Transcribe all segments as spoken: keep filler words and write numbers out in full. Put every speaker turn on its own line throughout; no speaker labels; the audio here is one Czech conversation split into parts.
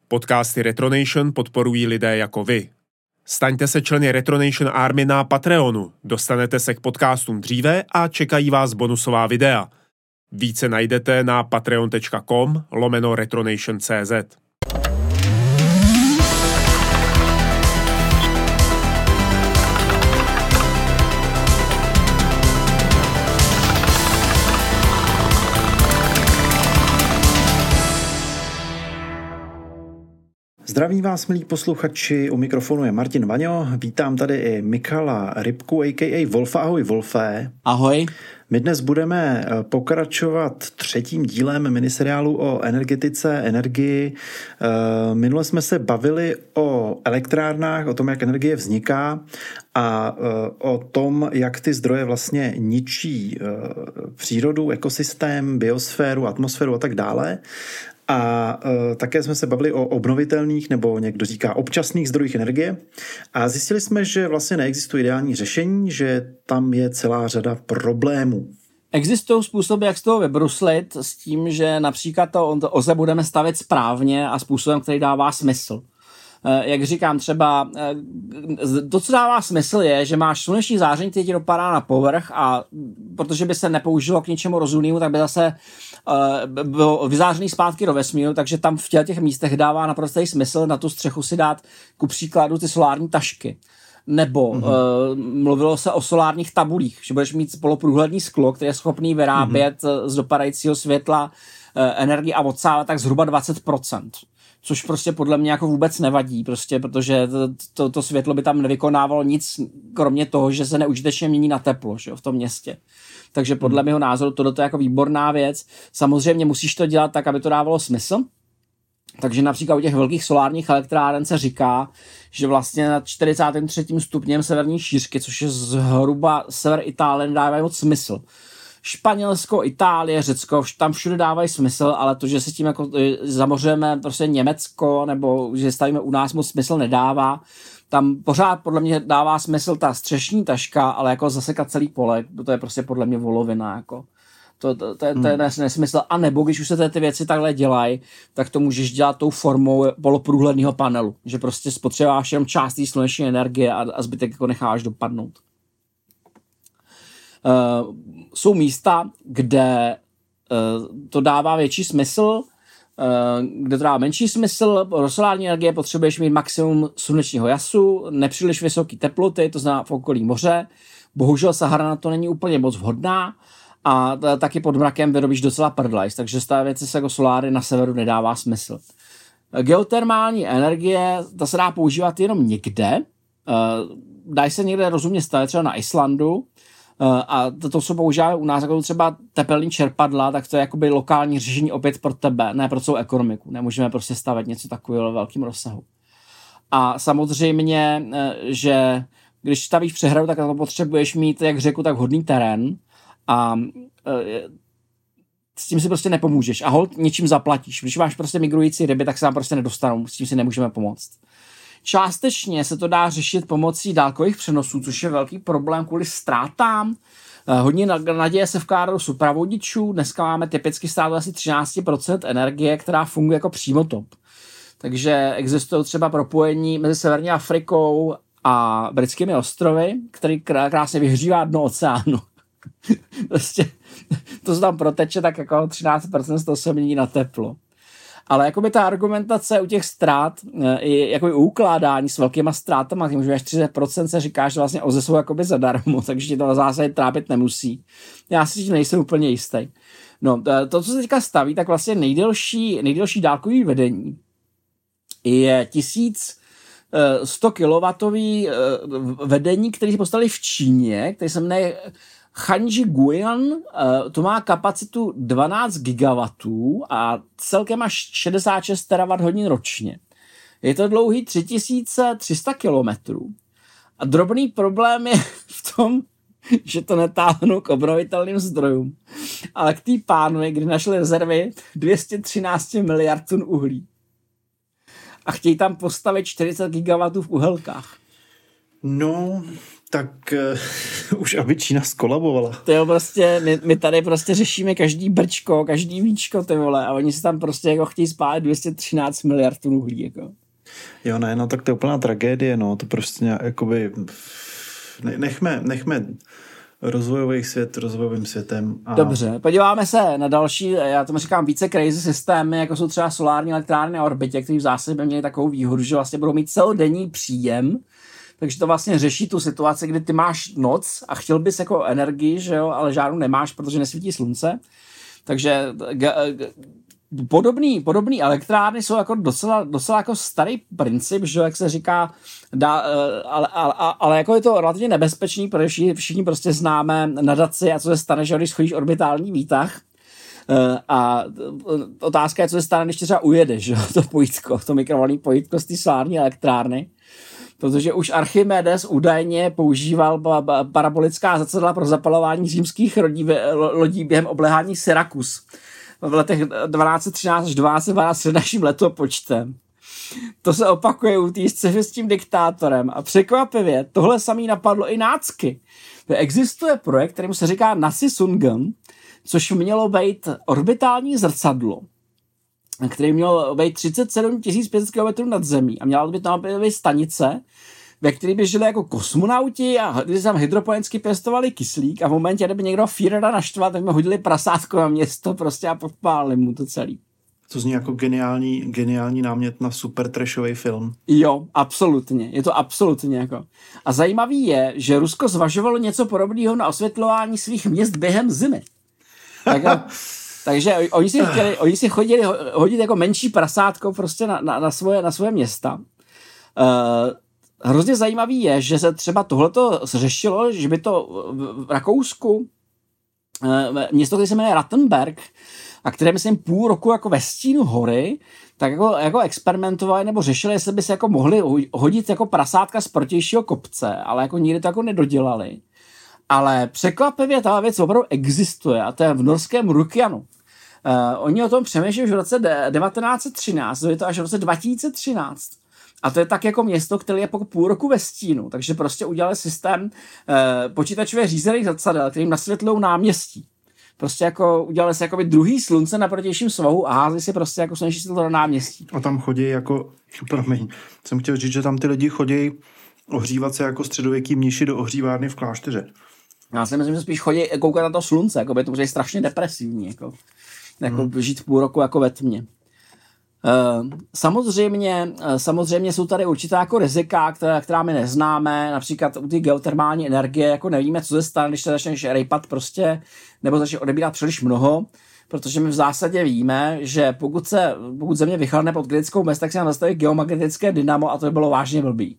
Podcasty Retronation podporují lidé jako vy. Staňte se členy Retronation Army na Patreonu, dostanete se k podcastům dříve a čekají vás bonusová videa. Více najdete na patreon.com lomeno retronation.cz.
Zdravím vás, milí posluchači, u mikrofonu je Martin Vaňo, vítám tady i Michala Rybku, a k a. Wolfa. Ahoj, Wolfe.
Ahoj.
My dnes budeme pokračovat třetím dílem miniseriálu o energetice, energii. Minule jsme se bavili o elektrárnách, o tom, jak energie vzniká a o tom, jak ty zdroje vlastně ničí přírodu, ekosystém, biosféru, atmosféru a tak dále. A e, také jsme se bavili o obnovitelných, nebo někdo říká občasných zdrojích energie. A zjistili jsme, že vlastně neexistuje ideální řešení, že tam je celá řada problémů.
Existují způsoby, jak z toho vybruslit, s tím, že například to O Z E budeme stavět správně a způsobem, který dává smysl. Jak říkám, třeba to, co dává smysl, je, že máš sluneční záření, který ti dopadá na povrch a protože by se nepoužilo k něčemu rozumnému, tak by zase uh, bylo vyzářený zpátky do vesmíru, takže tam v těch místech dává naprostý smysl na tu střechu si dát ku příkladu ty solární tašky. Nebo mm-hmm. uh, mluvilo se o solárních tabulích, že budeš mít poloprůhledný sklo, které je schopný vyrábět mm-hmm. z dopadajícího světla uh, energii a odsávat tak zhruba dvacet procent. Což prostě podle mě jako vůbec nevadí, prostě, protože to, to, to světlo by tam nevykonávalo nic, kromě toho, že se neužitečně mění na teplo, že jo, v tom městě. Takže podle mého názoru tohle je jako výborná věc. Samozřejmě musíš to dělat tak, aby to dávalo smysl. Takže například u těch velkých solárních elektráren se říká, že vlastně nad čtyřicátým třetím stupněm severní šířky, což je zhruba sever Itálie, dávají moc smysl. Španělsko, Itálie, Řecko, tam všude dávají smysl, ale to, že si tím jako zamořujeme prostě Německo, nebo že stavíme u nás, moc smysl nedává. Tam pořád podle mě dává smysl ta střešní taška, ale jako zasekat celý pole, to je prostě podle mě volovina, jako. To, to, to, to, to je nesmysl. A nebo když už se ty věci takhle dělají, tak to můžeš dělat tou formou poloprůhledného panelu, že prostě spotřebáš jenom část té sluneční energie a, a zbytek jako necháš dopadnout. Uh, jsou místa, kde uh, to dává větší smysl, uh, kde to dává menší smysl. Pro solární energie potřebuješ mít maximum slunečního jasu, nepříliš vysoké teploty, to znamená v okolí moře. Bohužel Sahara na to není úplně moc vhodná a t- taky pod mrakem vyrobíš docela prdlajs, takže z té věci se jako soláry na severu nedává smysl. Geotermální energie, ta se dá používat jenom někde, uh, dají se někde rozumně stavět, třeba na Islandu. Uh, a to, to, co používáme u nás, jako třeba tepelný čerpadla, tak to je jakoby lokální řešení opět pro tebe, ne pro celou ekonomiku. Nemůžeme prostě stavět něco takového v velkém rozsahu. A samozřejmě, že když stavíš přehradu, tak na to potřebuješ mít jak řeku, tak vhodný terén a uh, s tím si prostě nepomůžeš. A holt něčím zaplatíš. Když máš prostě migrující ryby, tak se vám prostě nedostanou. S tím si nemůžeme pomoct. Částečně se to dá řešit pomocí dálkových přenosů, což je velký problém kvůli ztrátám. Hodně naděje se vkládá do supravodičů. Dneska máme typicky ztrátu asi třináct procent energie, která funguje jako přímotop. Takže existují třeba propojení mezi Severní Afrikou a Britskými ostrovy, který krásně vyhřívá dno oceánu. Prostě to se tam proteče, tak jako třináct procent z toho se mění na teplo. Ale jakoby ta argumentace u těch ztrát, i jako u ukládání s velkýma ztrátama, tím, že až třicet procent se říká, že vlastně O Z E jsou jakoby zadarmo, takže ti to na zásadě trápit nemusí. Já si tím nejsem úplně jistý. No, to, co se teďka staví, tak vlastně nejdelší, nejdelší dálkový vedení je tisíc sto kilowattů vedení, které se postavili v Číně, který se jmenuje Hanji Guian, to má kapacitu dvanáct gigawattů a celkem až šedesát šest terawatt hodin ročně. Je to dlouhý tři tisíce tři sta kilometrů. A drobný problém je v tom, že to netáhnou k obnovitelným zdrojům, ale k té pánvi, kdy našli rezervy dvě stě třináct miliard tun uhlí. A chtějí tam postavit čtyřicet gigawattů v uhelkách.
No, tak uh, už aby Čína skolabovala.
To jo, prostě, my, my tady prostě řešíme každý brčko, každý víčko, ty vole, a oni si tam prostě jako chtějí spálit dvě stě třináct miliard tun uhlí, jako.
Jo, ne, no tak to je úplná tragédie, no, to prostě nějak, jakoby, nechme, nechme rozvojový svět rozvojovým světem. A...
Dobře, podíváme se na další, já tomu říkám více crazy systémy, jako jsou třeba solární elektrárny na orbitě, které v zásadě by měly takovou výhodu, že vlastně budou mít celodenní příjem, takže to vlastně řeší tu situaci, kdy ty máš noc a chtěl bys jako energii, že jo, ale žádnou nemáš, protože nesvítí slunce. Takže g- g- podobný, podobný elektrárny jsou jako docela, docela jako starý princip, že jo, jak se říká, dá, ale, ale, ale jako je to relativně nebezpečný, protože všichni, všichni prostě známe nadaci a co se stane, že jo, když schodíš orbitální výtah. A otázka je, co se stane, když třeba ujedeš, že jo, to pojítko, to mikrovlnný pojítko z té solární elektrárny. Protože už Archimedes údajně používal parabolická zrcadla pro zapalování římských lodí během obléhání Syrakus v letech dvanáct třináct až dvanáct dvanáct před naším letopočtem. To se opakuje u té scény s tím diktátorem a překvapivě tohle samý napadlo i nácky. Existuje projekt, kterým se říká Nasi Sungam, což mělo být orbitální zrcadlo, který měl být třicet sedm tisíc pět set kilometrů nad zemí a měla by tam být stanice, ve které by žili jako kosmonauti a když tam hydroponicky pěstovali kyslík a v momentě, kdyby někdo Führera naštval, tak mi hodili prasátko na město prostě a podpálili mu to celý.
To zní jako geniální, geniální námět na super trashový film.
Jo, absolutně. Je to absolutně jako. A zajímavý je, že Rusko zvažovalo něco podobného na osvětlování svých měst během zimy. Tak, takže oni si, chtěli, oni si chodili hodit jako menší prasátko prostě na, na, na, svoje, na svoje města. Uh, hrozně zajímavý je, že se třeba tohleto řešilo, že by to v Rakousku uh, město, které se jmenuje Rattenberg a které myslím půl roku jako ve stínu hory, tak jako, jako experimentovali nebo řešili, jestli by se jako mohli hodit jako prasátka z protějšího kopce, ale jako nikdy to jako nedodělali. Ale překvapivě ta věc opravdu existuje a to je v norském Rukjanu. Uh, oni o tom přemýšleli už v roce devatenáct set třináct, to je to až v roce dva tisíce třináct. A to je tak jako město, které je po půl roku ve stínu, takže prostě udělali systém uh, počítačově řízených zrcadel, kterým nasvětlují náměstí. Prostě jako udělali si jakoby druhý slunce na protějším svahu a házeli si prostě jako sluneční světlo na náměstí.
A tam chodí jako, promiň, jsem chtěl říct, že tam ty lidi chodí ohřívat se jako středověký mniši do ohřívárny v klášteře.
Já si myslím, že spíš chodí koukat na to slunce, jako by to je strašně depresivní, jako, jako hmm. žít půl roku jako ve tmě. Uh, samozřejmě, uh, samozřejmě jsou tady určitá jako rizika, která, která my neznáme, například u té geotermální energie, jako nevíme, co se stane, když se začneš rejpat prostě, nebo začneš odebírat příliš mnoho, protože my v zásadě víme, že pokud, se, pokud země vychladne pod kritickou mez, tak se nám zastaví geomagnetické dynamo a to by bylo vážně blbý.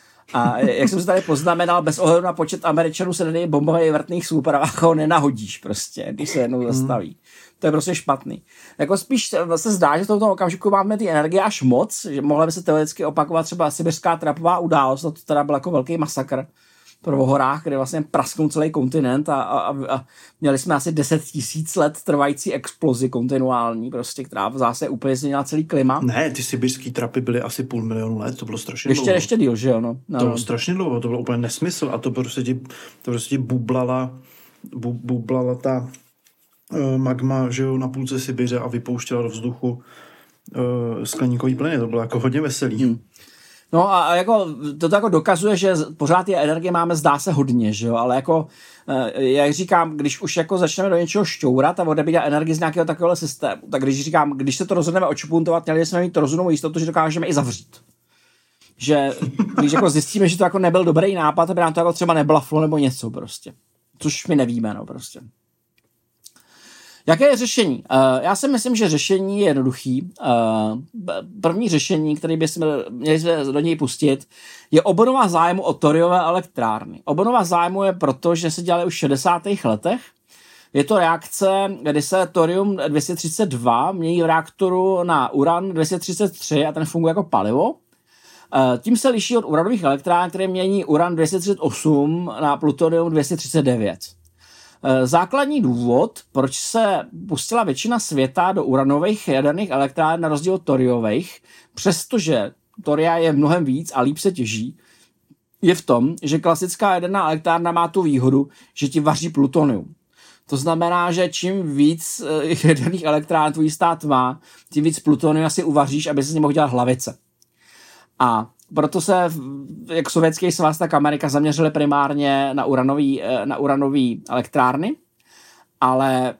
A jak jsem se tady poznamenal, bez ohledu na počet Američanů se tady bombových vrtných soupravách ho nenahodíš prostě, když se jednou zastaví. To je prostě špatný. Jako spíš se zdá, že v tomto okamžiku máme ty energie až moc, že mohla by se teoreticky opakovat třeba sibirská trapová událost, to teda byl jako velký masakr v horách, kde vlastně prasknul celý kontinent a, a, a měli jsme asi deset tisíc let trvající explozi kontinuální, prostě, která v zásadě úplně změnila celý klima.
Ne, ty sibirský trapy byly asi půl milionu let, to bylo strašně
ještě,
dlouho.
Ještě díl, že jo? No. No,
to bylo
no.
strašně dlouho, to bylo úplně nesmysl a to prostě ti, to prostě bublala, bu, bublala ta uh, magma, že jo, na půlce Sibiře a vypouštěla do vzduchu uh, skleníkový plyny, to bylo jako hodně veselý. Hmm.
No a jako, to jako dokazuje, že pořád ty energie máme, zdá se hodně, že jo, ale jako, jak říkám, když už jako začneme do něčeho šťourat a odebírat energii z nějakého takového systému, tak když říkám, když se to rozhodneme očpuntovat, měli jsme mít to rozumnou jistotu, že dokážeme i zavřít. Že když jako zjistíme, že to jako nebyl dobrý nápad, aby nám to jako třeba neblaflo nebo něco prostě. Což my nevíme, no prostě. Jaké je řešení? Uh, já si myslím, že řešení je jednoduchý. Uh, první řešení, které bychom měli do něj pustit, je obnova zájmu o thoriové elektrárny. Obnova zájmu je proto, že se dělali už v šedesátých letech. Je to reakce, kdy se thorium dvě stě třicet dva mění v reaktoru na uran dvě stě třicet tři a ten funguje jako palivo. Uh, tím se liší od uranových elektráren, které mění uran dvě stě třicet osm na plutonium dvě stě třicet devět. Základní důvod, proč se pustila většina světa do uranových jaderných elektráren na rozdíl od thoriových, přestože thoria je mnohem víc a líp se těží, je v tom, že klasická jaderná elektrárna má tu výhodu, že ti vaří plutonium. To znamená, že čím víc jaderných elektrárn tvůj stát má, tím víc plutonia si uvaříš, aby si z něj mohl dělat hlavice. A proto se jak Sovětský svaz, tak Amerika zaměřili primárně na uranový, na uranový elektrárny, ale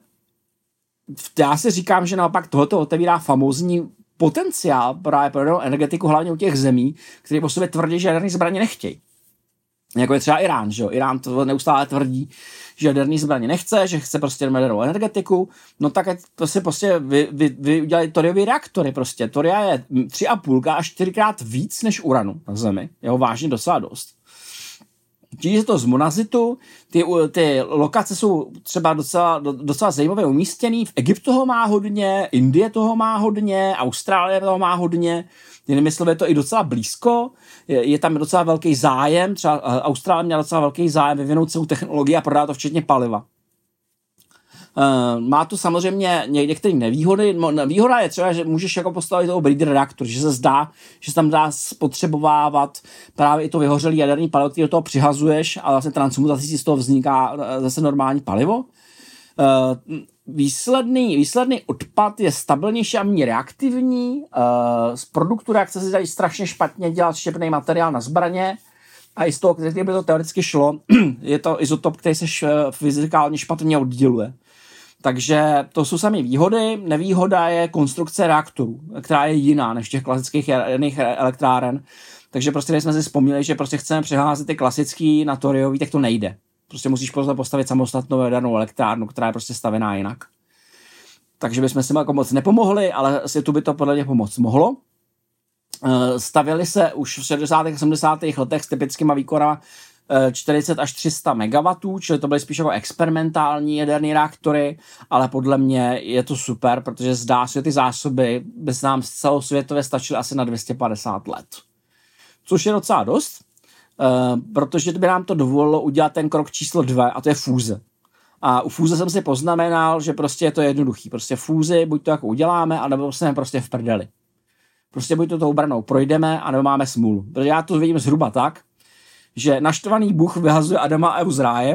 já si říkám, že naopak tohoto otevírá famózní potenciál právě pro energetiku, hlavně u těch zemí, které po sobě tvrdí, že jaderné zbraně nechtějí. Jako je třeba Irán, že jo? Irán to neustále tvrdí, že jaderný zbraně nechce, že chce prostě jadernou energetiku, no tak to si prostě vy, vy, vy udělali toriové reaktory prostě. Toria je tři a půl až čtyřikrát víc než uranu na Zemi. Je ho vážně docela dost. Těží se to z monazitu, ty, ty lokace jsou třeba docela, docela zajímavě umístěný. V Egyptu toho má hodně, Indie toho má hodně, Austrálie toho má hodně, jinými slovy je to i docela blízko, je, je tam docela velký zájem, třeba Austrálie měla docela velký zájem vyvinout celou technologii a prodat to včetně paliva. Uh, má to samozřejmě některé nevýhody. Výhoda je třeba, že můžeš jako postavit toho breeder reaktor, že se zdá, že se tam dá spotřebovávat právě i to vyhořelý jaderný palivo, který do toho přihazuješ a vlastně transmutací z toho vzniká zase normální palivo. Uh, výsledný, výsledný odpad je stabilnější a méně reaktivní. Uh, z produktu reakce se dají strašně špatně dělat štěpný materiál na zbraně a i z toho, který by to teoreticky šlo, je to izotop, který se fyzikálně špatně odděluje. Takže to jsou samé výhody. Nevýhoda je konstrukce reaktorů, která je jiná než těch klasických jaderných elektráren. Takže prostě když jsme si vzpomněli, že prostě chceme přeházet ty klasický na toriový, tak to nejde. Prostě musíš postavit samostatnou jadernou elektrárnu, která je prostě stavená jinak. Takže bychom si jako moc nepomohli, ale světu by to podle mě pomoct mohlo. Stavěly se už v šedesátých a sedmdesátých letech s typickýma výkonama čtyřicet až tři sta megawattů, čili to byly spíš jako experimentální jaderné reaktory, ale podle mě je to super, protože zdá se, že ty zásoby by se nám celosvětově stačily asi na dvě stě padesát let. Což je docela dost, protože by nám to dovolilo udělat ten krok číslo dva, a to je fúze. A u fúze jsem si poznamenal, že prostě je to jednoduchý. Prostě fúzi, buď to jako uděláme, anebo jsme prostě v prdeli. Prostě buď to tou branou projdeme, anebo máme smůlu. Protože já to vidím zhruba tak, že naštvaný Bůh vyhazuje Adama a Evu z ráje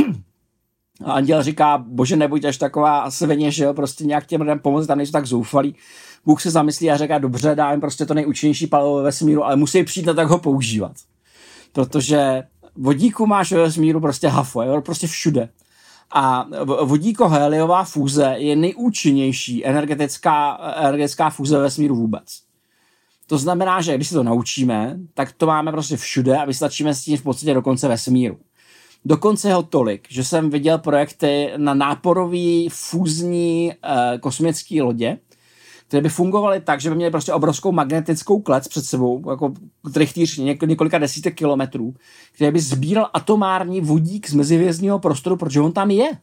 a anděl říká, bože, nebuď až taková svině, že jo, prostě nějak těm lidem pomoct, tam nejsou tak zoufalí. Bůh se zamyslí a říká, dobře, dá jim prostě to nejúčinnější palivo ve vesmíru, ale musí přijít na tak ho používat. Protože vodíku máš ve vesmíru prostě hafo, jo, prostě všude. A vodíko-heliová fúze je nejúčinnější energetická, energetická fúze ve vesmíru vůbec. To znamená, že když se to naučíme, tak to máme prostě všude a vystačíme s tím v podstatě do konce vesmíru. Dokonce ho tolik, že jsem viděl projekty na náporový fúzní eh, kosmické lodě, které by fungovaly tak, že by měly prostě obrovskou magnetickou klec před sebou, jako trychtýř něk- několika desítek kilometrů, který by sbíral atomární vodík z mezihvězdního prostoru, protože on tam je.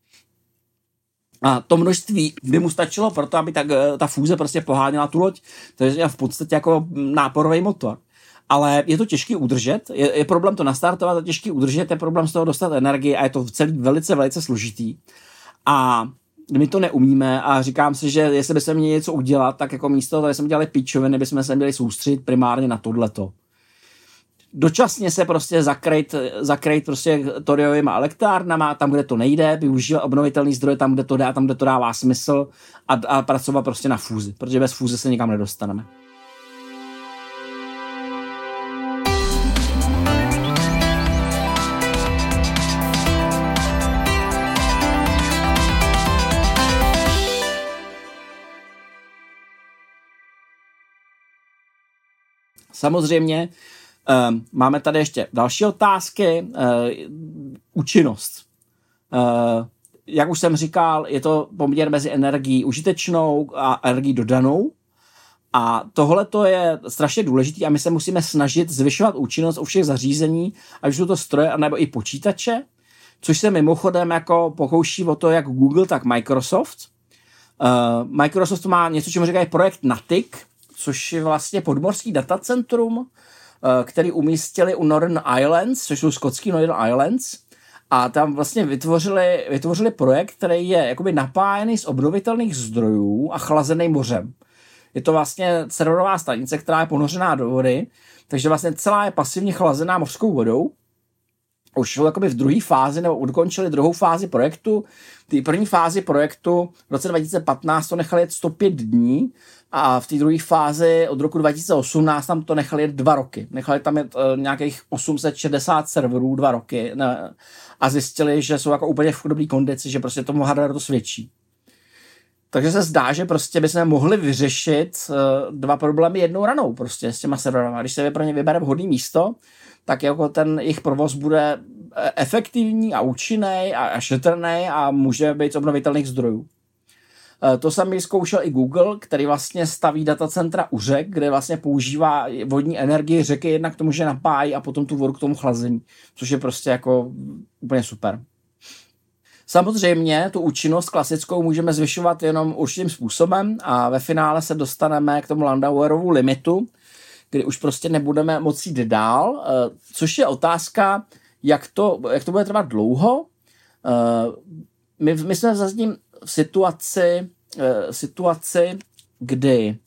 A to množství by mu stačilo proto, aby tak, ta fúze prostě poháněla tu loď. To je v podstatě jako náporový motor. Ale je to těžký udržet, je, je problém to nastartovat a těžký udržet, je problém z toho dostat energii a je to celý velice, velice složitý. A my to neumíme a říkám si, že jestli bychom měli něco udělat, tak jako místo toho, že jsme dělali pičoviny, bychom se měli soustředit primárně na tohleto. Dočasně se prostě zakrýt, zakrýt prostě toriovými elektrárnama, tam, kde to nejde, využívat obnovitelný zdroje tam, kde to jde a tam, kde to dává smysl a, a pracovat prostě na fúzi, protože bez fúze se nikam nedostaneme. Samozřejmě um, máme tady ještě další otázky. Uh, účinnost. Uh, jak už jsem říkal, je to poměr mezi energií užitečnou a energií dodanou. A tohle to je strašně důležité a my se musíme snažit zvyšovat účinnost u všech zařízení, ať už jsou to stroje nebo i počítače, což se mimochodem jako pokouší o to jak Google, tak Microsoft. Uh, Microsoft má něco, čemu říkají projekt Natic, což je vlastně podmořský datacentrum, který umístili u Northern Islands, což jsou skotský Northern Islands. A tam vlastně vytvořili, vytvořili projekt, který je jakoby napájený z obnovitelných zdrojů a chlazený mořem. Je to vlastně serverová stanice, která je ponořená do vody, takže vlastně celá je pasivně chlazená mořskou vodou. Už jsou jakoby v druhé fázi, nebo ukončili druhou fázi projektu. V té první fázi projektu v roce dva tisíce patnáct to nechali jet sto pět dní a v té druhé fázi od roku dva tisíce osmnáct tam to nechali jet dva roky. Nechali tam jet uh, nějakých osm set šedesát serverů dva roky ne, a zjistili, že jsou jako úplně v dobrý kondici, že prostě tomu hardware to svědčí. Takže se zdá, že prostě bychom mohli vyřešit uh, dva problémy jednou ranou prostě s těma serverama. Když se pro ně vybere vhodné místo, tak jako ten jejich provoz bude efektivní a účinný a šetrný a může být z obnovitelných zdrojů. To samý zkoušel i Google, který vlastně staví datacentra u řek, kde vlastně používá vodní energii řeky jednak k tomu, že napájí a potom tu vodu k tomu chlazení, což je prostě jako úplně super. Samozřejmě tu účinnost klasickou můžeme zvyšovat jenom určitým způsobem a ve finále se dostaneme k tomu Landauerovu limitu, kdy už prostě nebudeme moci jít dál, což je otázka, jak to, jak to bude trvat dlouho. My, my jsme zase v situaci, situaci, kdy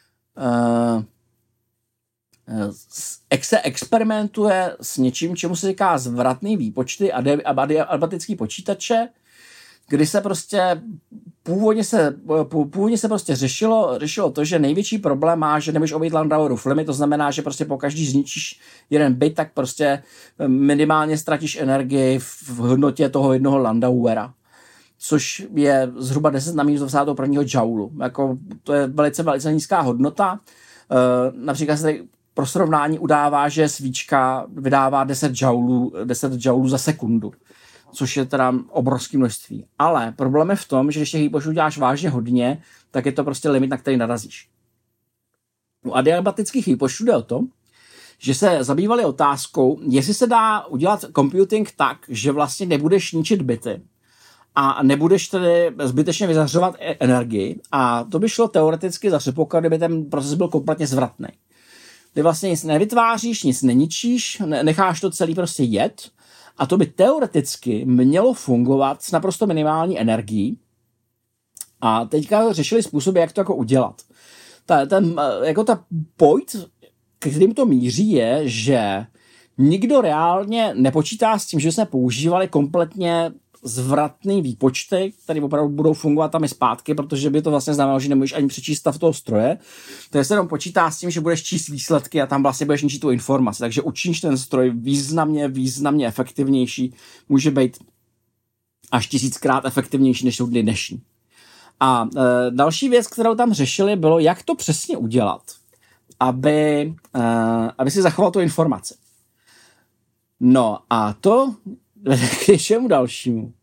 se experimentuje s něčím, čemu se říká zvratný výpočty a adiabatický počítače, kdy se prostě původně se, původně se prostě řešilo, řešilo to, že největší problém má, že nemůžeš obejít Landauerův limit, to znamená, že prostě pokaždý zničíš jeden bit, tak prostě minimálně ztratíš energii v hodnotě toho jednoho Landauera, což je zhruba deset na minus dvacet jedna joulu. Jako, to je velice, velice nízká hodnota. E, například se tady pro srovnání udává, že svíčka vydává deset joulů, deset joulů za sekundu, což je teda obrovské množství. Ale problém je v tom, že když těch výpočtů děláš vážně hodně, tak je to prostě limit, na který narazíš. U adiabatických výpočtů jde o to, že se zabývali otázkou, jestli se dá udělat computing tak, že vlastně nebudeš ničit bity a nebudeš tedy zbytečně vyzařovat energii a to by šlo teoreticky za předpoklad, kdyby ten proces byl kompletně zvratný. Ty vlastně nic nevytváříš, nic neničíš, necháš to celý prostě jet a to by teoreticky mělo fungovat s naprosto minimální energií. A teďka řešili způsoby, jak to jako udělat. Ta, ten, jako ta point, k kterým to míří, je, že nikdo reálně nepočítá s tím, že jsme používali kompletně zvratný výpočty, které opravdu budou fungovat tam i zpátky, protože by to vlastně znamenalo, že nemůžeš ani přečíst stav toho stroje. Takže se jenom počítá s tím, že budeš číst výsledky a tam vlastně budeš ničit tu informaci. Takže učiníš ten stroj významně, významně efektivnější. Může být až tisíckrát efektivnější, než jsou dny dnešní. A e, další věc, kterou tam řešili, bylo, jak to přesně udělat, aby, e, aby si zachoval tu informaci. No a to k něčemu dalšímu.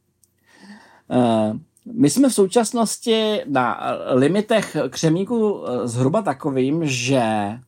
My jsme v současnosti na limitech křemíku zhruba takovým, že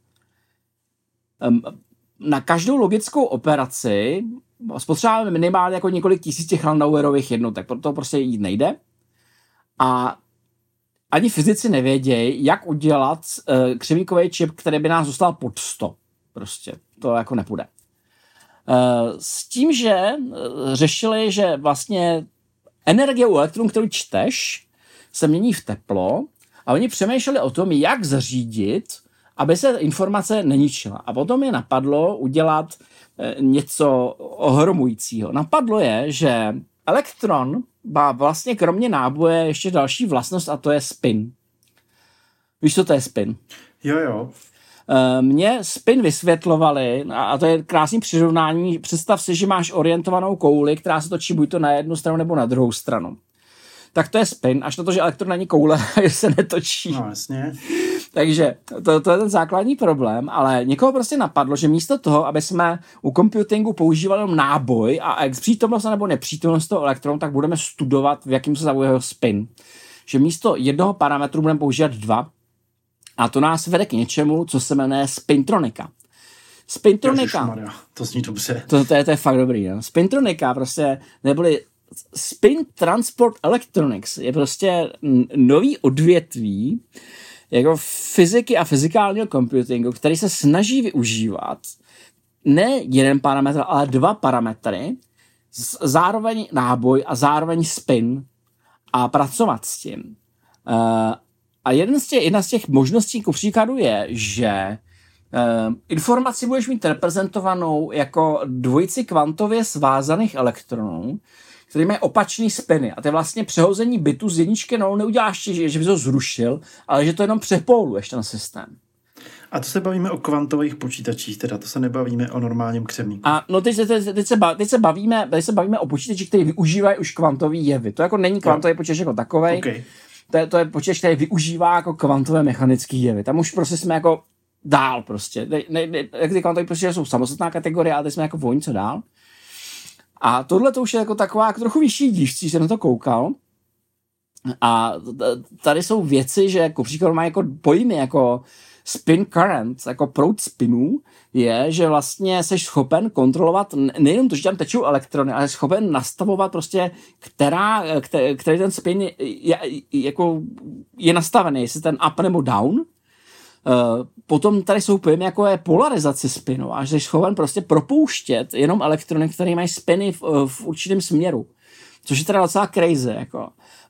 na každou logickou operaci spotřebujeme minimálně jako několik tisíc těch Landauerových jednotek, proto prostě jít nejde. A ani fyzici nevědějí, jak udělat křemíkový čip, který by nás dostal pod sto. Prostě to jako nepůjde. S tím, že řešili, že vlastně energie u elektronů, kterou čteš, se mění v teplo a oni přemýšleli o tom, jak zařídit, aby se informace neničila. A potom je napadlo udělat něco ohromujícího. Napadlo je, že elektron má vlastně kromě náboje ještě další vlastnost a to je spin. Víš, co to je spin?
Jo, jo.
Mně spin vysvětlovali, a to je krásný přirovnání, představ si, že máš orientovanou kouli, která se točí buď to na jednu stranu nebo na druhou stranu. Tak to je spin, až na to, že elektron není koule, že se netočí.
No jasně.
Takže to, to je ten základní problém, ale někoho prostě napadlo, že místo toho, aby jsme u computingu používali náboj a přítomnost nebo nepřítomnost toho elektronu, tak budeme studovat, v jakým se zavuje jeho spin. Že místo jednoho parametru budeme používat dva. A to nás vede k něčemu, co se jmenuje spintronika. Spintronika.
Ježišmarja, to zní dobře.
To, to, je, to je fakt dobrý. No? Spintronika prostě, neboli Spin Transport Electronics je prostě nový odvětví jako fyziky a fyzikálního computingu, který se snaží využívat ne jeden parametr, ale dva parametry, zároveň náboj a zároveň spin a pracovat s tím. Uh, a jeden z těch, jedna z těch možností ku příkladu je, že uh, informaci budeš mít reprezentovanou jako dvojici kvantově svázaných elektronů, který mají opačný spiny. A to je vlastně přehození bitu z jedničky na nulu neuděláš, že, že bys ho zrušil, ale že to jenom přepoluješ ten systém.
A to se bavíme o kvantových počítačích, teda to se nebavíme o normálním křemíku.
A no teď, teď, teď, se, bav, teď, se bavíme, teď se bavíme o počítačích, který využívají už kvantový jevy. To jako není kvantový no. počítač jako takovej. Okay. To je, to je počítač, který využívá jako kvantové mechanické jevy. Tam už prostě jsme jako dál prostě. Ne, ne, ne, ty kvantové počítače jsou samostatná kategorie, ale teď jsme jako o něco dál. A tohle to už je jako taková jako trochu vyšší díž, když jsem na to koukal. A tady jsou věci, že jako příklad má jako pojmy jako spin current, jako proud spinů, je, že vlastně jsi schopen kontrolovat nejenom to, že tam tečou elektrony, ale jsi schopen nastavovat prostě, která, který ten spin je, je, jako je nastavený, jestli ten up nebo down. Potom tady jsou pojmy, jako je polarizace spinu a že jsi schopen prostě propouštět jenom elektrony, které mají spiny v, v určitém směru. Což je teda docela crazy. Jako.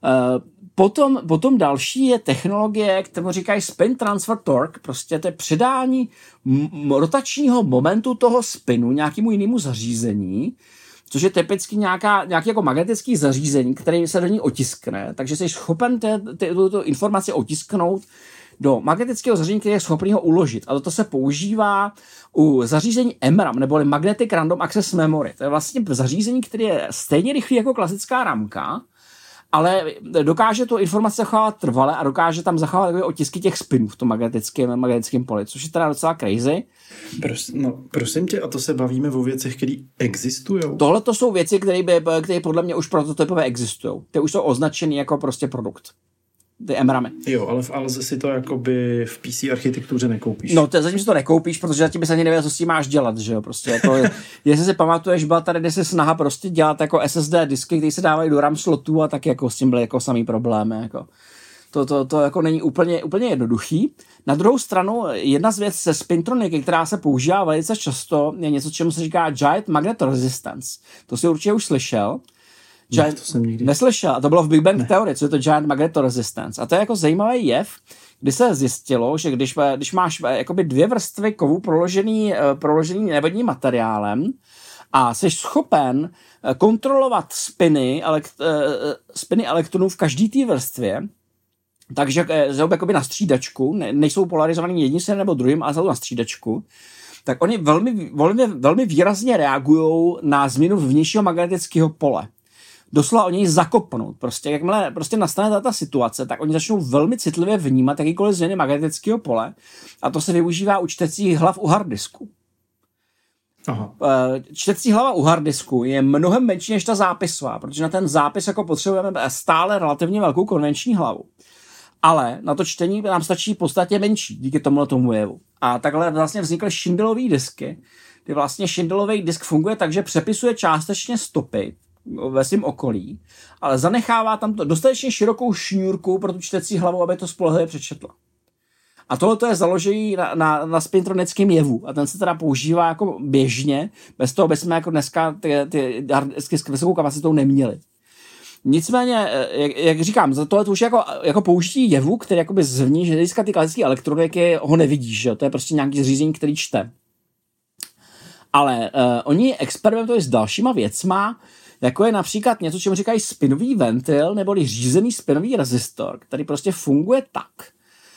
Potom, potom další je technologie, kterou říkají spin transfer torque, prostě to je předání m- rotačního momentu toho spinu nějakému jinému zařízení, což je typicky nějaká, nějaký jako magnetický zařízení, který se do ní otiskne, takže jsi schopen tuto informaci otisknout do magnetického zařízení, který je schopný ho uložit. A toto se používá u zařízení M RAM, neboli Magnetic Random Access Memory. To je vlastně zařízení, které je stejně rychlý jako klasická ramka, ale dokáže tu informaci zachovat trvale a dokáže tam zachovat takové otisky těch spinů v tom magnetickém, magnetickém poli, což je teda docela crazy.
Pros, no, prosím tě, a to se bavíme o věcech, které existují?
Tohle to jsou věci, které, by, které podle mě už prototypové existují. Ty už jsou označeny jako prostě produkt. Ty M RAMy.
Jo, ale v Alze si to jakoby v P C architektuře nekoupíš.
No, to, zatím si to nekoupíš, protože zatím bys ani nevěděl, co s tím máš dělat, že jo, prostě jako, jestli si pamatuješ, byla tady kde se snaha prostě dělat jako S S D disky, které se dávají do RAM slotů a tak jako s tím byly jako samý problémy, jako. To, to, to jako není úplně, úplně jednoduchý. Na druhou stranu, jedna z věcí se spintroniky, která se používá velice často, je něco, čemu se říká Giant Magnet Resistance. To si určitě už slyšel. Giant, to jsem nikdy neslyšel. A to bylo v Big Bang ne. Theory, co je to Giant Magnet Resistance. A to je jako zajímavý jev, kdy se zjistilo, že když, když máš jakoby dvě vrstvy kovů proložený, proložený nevodním materiálem a jsi schopen kontrolovat spiny, elekt, spiny elektronů v každé té vrstvě, takže jsou jakoby na střídačku, ne, nejsou polarizovaný jedním směrem nebo druhým, ale jsou na střídačku, tak oni velmi, velmi, velmi výrazně reagují na změnu vnějšího magnetického pole. Doslova o něj zakopnout. Prostě jakmile prostě nastane ta situace, tak oni začnou velmi citlivě vnímat jakýkoliv změny magnetického pole a to se využívá u čtecích hlav u harddisku. Aha. Čtecí hlava u harddisku je mnohem menší než ta zápisová, protože na ten zápis jako potřebujeme stále relativně velkou konvenční hlavu. Ale na to čtení nám stačí v podstatě menší díky tomuhle tomu jevu. A takhle vlastně vznikly Schindlerový disky, kdy vlastně Schindlerový disk funguje tak, že přepisuje částečně stopy ve svém okolí, ale zanechává tam to dostatečně širokou šňůrku pro tu čtecí hlavu, aby to spolehlivě přečetla. A tohle je založený na, na, na spintronickém jevu a ten se teda používá jako běžně, bez toho bychom jako dneska ty, ty harddisky s vysokou kapacitou neměli. Nicméně, jak, jak říkám, za tohle to už jako, jako použití jevu, který jakoby zvní, že získat ty klasické elektroniky ho nevidíš, že? To je prostě nějaký zřízení, který čte. Ale uh, oni experimentují s dalšíma věcma, jako je například něco, čemu říkají spinový ventil, neboli řízený spinový rezistor, který prostě funguje tak,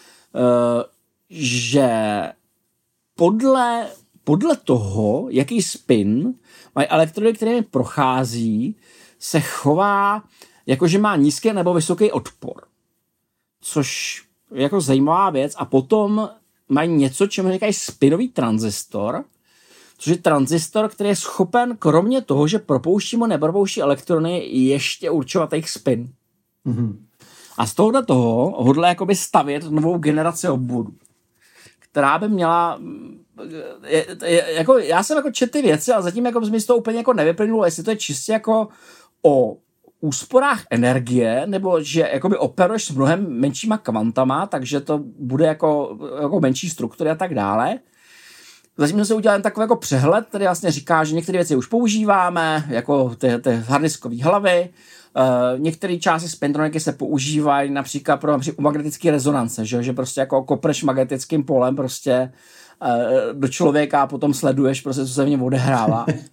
že podle, podle toho, jaký spin mají elektrody, které prochází, se chová, jakože má nízký nebo vysoký odpor. Což je jako zajímavá věc. A potom mají něco, čemu říkají spinový tranzistor, což je tranzistor, který je schopen, kromě toho, že propouští nebo nepropouští elektrony, ještě určovat jejich spin. Mm-hmm. A z tohohle toho hodle jakoby stavět novou generaci obvodů, která by měla, je, je, jako, já jsem jako četl ty věci, ale zatím jako mi z toho úplně jako nevyplynulo, jestli to je čistě jako o úsporách energie, nebo že jakoby operuješ s mnohem menšíma kvantama, takže to bude jako, jako menší struktury a tak dále. Zatím jsme se udělali takový jako přehled, který vlastně říká, že některé věci už používáme, jako ty, ty harddiskové hlavy. Uh, některé části spintroniky se používají například pro například magnetické rezonance, že, že prostě jako kopneš magnetickým polem prostě uh, do člověka a potom sleduješ prostě, co se v něm odehrává. uh,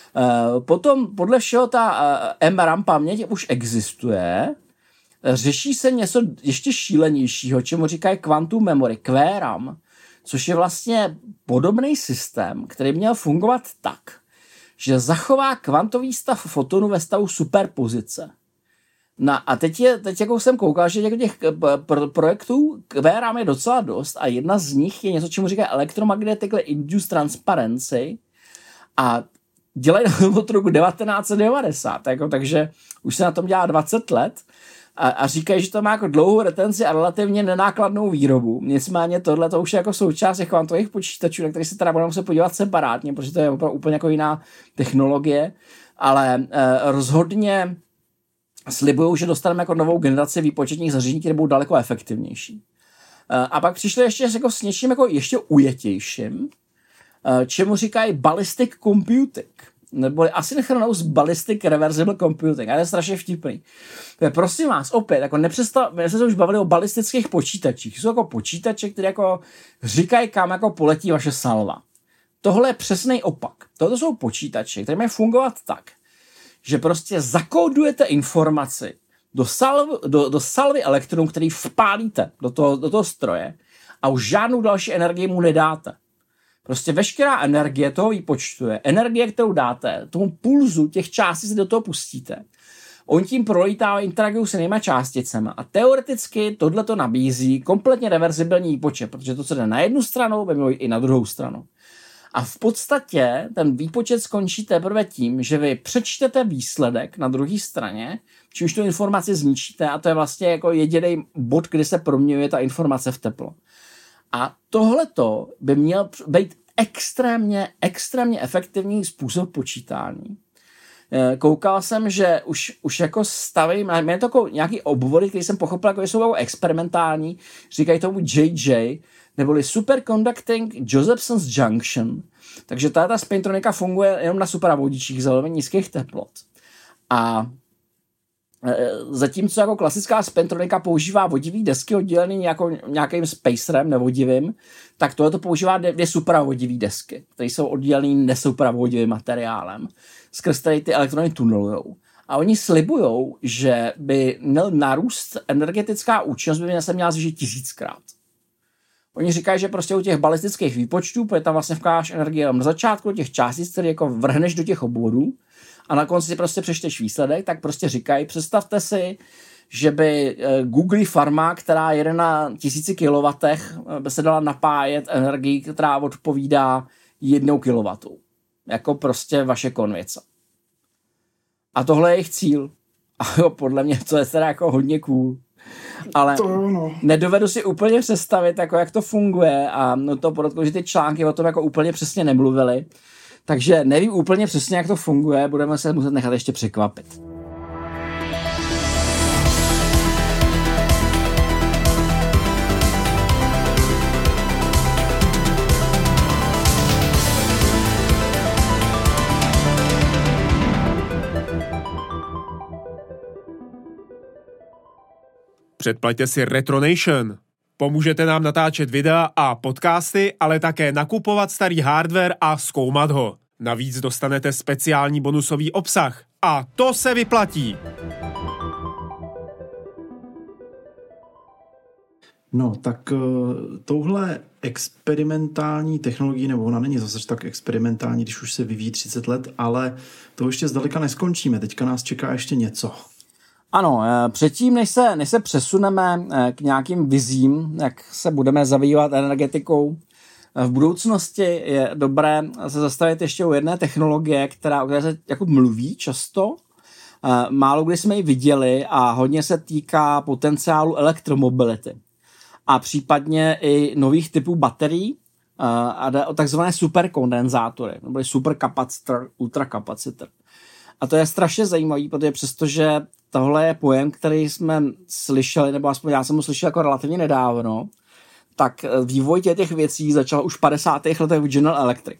potom podle všeho ta uh, M RAM paměť už existuje. Řeší se něco ještě šílenějšího, čemu říkají quantum memory, Q RAM, což je vlastně podobný systém, který měl fungovat tak, že zachová kvantový stav fotonu ve stavu superpozice. No a teď, je, teď jako jsem koukal, že těch, těch pro, projektů Q RAM je docela dost a jedna z nich je něco, čemu říká Electromagnetically Induced Transparency a dělají od roku devatenáct set devadesát, jako, takže už se na tom dělá dvacet let a, a říkají, že to má jako dlouhou retenci a relativně nenákladnou výrobu. Nicméně tohle to už je jako součást těch kvantových počítačů, na který se teda budeme muset podívat separátně, protože to je opravdu úplně jako jiná technologie, ale eh, rozhodně slibují, že dostaneme jako novou generaci výpočetních zařízení, které budou daleko efektivnější. Eh, a pak přišli ještě jako s něčím jako ještě ujetějším, eh, čemu říkají ballistic computing. Neboli asynchronous ballistic reversible computing. A to je strašně vtipný. To je, prosím vás, opět, jako nepřestav, my jsme se už bavili o balistických počítačích. Jsou jako počítače, které jako říkají, kam jako poletí vaše salva. Tohle je přesný opak. Tohle jsou počítače, které mají fungovat tak, že prostě zakódujete informaci do, salv, do, do salvy elektronů, který vpálíte do toho, do toho stroje a už žádnou další energii mu nedáte. Prostě veškerá energie toho výpočtu je energie, kterou dáte, tomu pulzu těch částic si do toho pustíte. On tím prolítá, interagují s jinýma částicemi a teoreticky tohle to nabízí kompletně reverzibilní výpočet, protože to, co jde na jednu stranu, by mělo i na druhou stranu. A v podstatě ten výpočet skončí teprve tím, že vy přečtete výsledek na druhé straně, čímž tu informaci zničíte a to je vlastně jako jediný bod, kdy se proměňuje ta informace v teplo. A tohleto by měl být extrémně, extrémně efektivní způsob počítání. Koukal jsem, že už, už jako staví, mě to jako nějaký obvody, který jsem pochopil, jako jsou jako experimentální, říkají tomu J J, neboli Superconducting Josephson's Junction. Takže ta spintronika funguje jenom na superavodičích za velmi nízkých teplot. A zatímco jako klasická spintronika používá vodivý desky oddělený nějakou, nějakým spacerem nevodivým, tak tohle to používá dvě supravodivý desky, které jsou oddělený nesupravodivým materiálem, skrz který ty elektrony tunelujou. A oni slibujou, že by měl narůst energetická účinnost, by se měla zvýšit tisíckrát. Oni říkají, že prostě u těch balistických výpočtů, protože tam vlastně vkládáš energie na začátku těch částic, které jako vrhneš do těch obvodů, a na konci si prostě přečteš výsledek, tak prostě říkají, představte si, že by Google farma, která jede na tisíci kilowattech, by se dala napájet energii, která odpovídá jednou kilowattu. Jako prostě vaše konvice. A tohle je jejich cíl. A jo, podle mě to je teda jako hodně cool. Ale
to, no.
nedovedu si úplně představit, jako jak to funguje a no to podotknu, že ty články o tom jako úplně přesně nemluvily. Takže nevím úplně přesně, jak to funguje, budeme se muset nechat ještě překvapit.
Předplaťte si Retronation. Pomůžete nám natáčet videa a podcasty, ale také nakupovat starý hardware a zkoumat ho. Navíc dostanete speciální bonusový obsah. A to se vyplatí!
No, tak touhle experimentální technologií, nebo ona není zase tak experimentální, když už se vyvíjí třicet let, ale to ještě zdaleka neskončíme. Teďka nás čeká ještě něco.
Ano, předtím, než se, než se přesuneme k nějakým vizím, jak se budeme zabývat energetikou v budoucnosti, je dobré se zastavit ještě u jedné technologie, která, o které se jako mluví často. Málo kdy jsme ji viděli a hodně se týká potenciálu elektromobility. A případně i nových typů baterií a jde o takzvané superkondenzátory, nebo superkapacitor, ultrakapacitor. A to je strašně zajímavý, protože přestože tohle je pojem, který jsme slyšeli, nebo aspoň já jsem ho slyšel jako relativně nedávno, tak vývoj těch věcí začal už v padesátých letech v General Electric.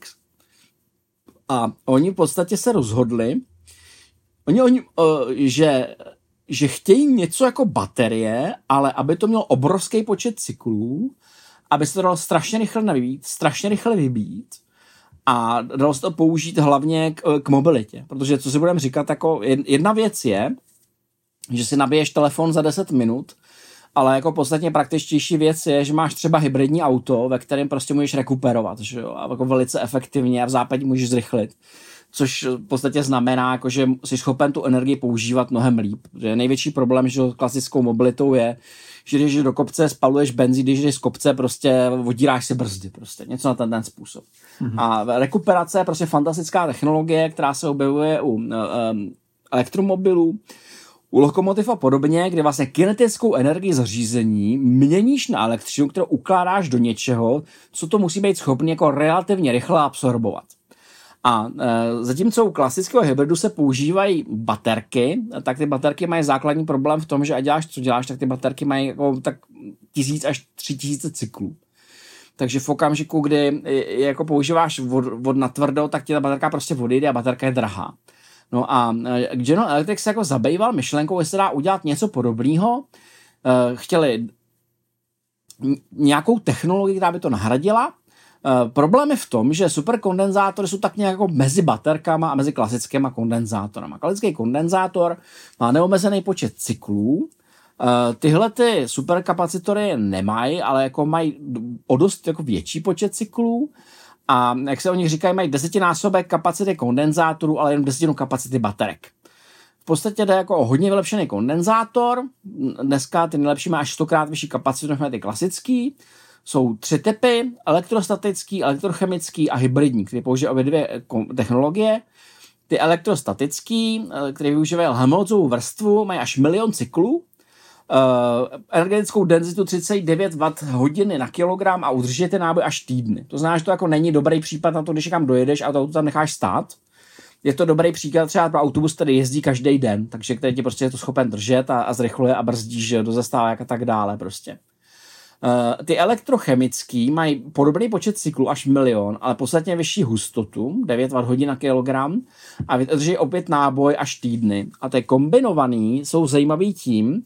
A oni v podstatě se rozhodli, oni, oni uh, že, že chtějí něco jako baterie, ale aby to mělo obrovský počet cyklů, aby se to dalo strašně rychle nabít, strašně rychle vybít a dalo se to použít hlavně k, k mobilitě. Protože co si budeme říkat, jako jedna věc je, že si nabiješ telefon za deset minut, ale jako podstatně praktičtější věc je, že máš třeba hybridní auto, ve kterém prostě můžeš rekuperovat, že jo, a jako velice efektivně a v západě můžeš zrychlit. Což v podstatě znamená, jako, že jsi schopen tu energii používat mnohem líp. Že největší problém, že klasickou mobilitou je, že když do kopce spaluješ benzín, když jdeš z kopce, prostě odíráš si brzdy. Prostě něco na ten, ten způsob. Mm-hmm. A rekuperace je prostě fantastická technologie, která se objevuje u um, elektromobilů, u lokomotiv a podobně, kde vlastně kinetickou energii zařízení měníš na elektřinu, kterou ukládáš do něčeho, co to musí být schopný jako relativně rychle absorbovat. A e, zatímco u klasického hybridu se používají baterky, tak ty baterky mají základní problém v tom, že ať děláš, co děláš, tak ty baterky mají jako tak tisíc až tři tisíce cyklů. Takže v okamžiku, kdy je, jako používáš vod, vod na tvrdo, tak ti ta baterka prostě odejde a baterka je drahá. No a General Electric se jako zabýval myšlenkou, jestli dá udělat něco podobného. E, chtěli nějakou technologii, která by to nahradila. Uh, problém je v tom, že superkondenzátory jsou tak nějak jako mezi baterkama a mezi klasickými kondenzátorama. Klasický kondenzátor má neomezený počet cyklů. Uh, tyhle ty superkapacitory nemají, ale jako mají o dost jako větší počet cyklů a jak se o nich říkají, mají desetinásobek kapacity kondenzátorů, ale jenom desetinu kapacity baterek. V podstatě jde jako o hodně vylepšený kondenzátor. Dneska ty nejlepší má až stokrát vyšší kapacitu než ty klasický. Jsou tři typy, elektrostatický, elektrochemický a hybridní, které používají obě dvě technologie. Ty elektrostatický, které využívají Helmholtzovou vrstvu, mají až milion cyklů, uh, energetickou denzitu tři celá devět watthodin na kilogram a udržíte náboj až týdny. To znamená, že to jako není dobrý případ na to, když někam dojedeš a to auto tam necháš stát. Je to dobrý příklad třeba pro autobus, který jezdí každý den, takže který ti prostě je to schopen držet a, a zrychluje a brzdíš do zastávek a tak dále prostě. Uh, ty elektrochemický mají podobný počet cyklů až milion, ale podstatně vyšší hustotu, devět watthodin na kilogram a vydrží opět náboj až týdny. A ty kombinovaný jsou zajímavý tím,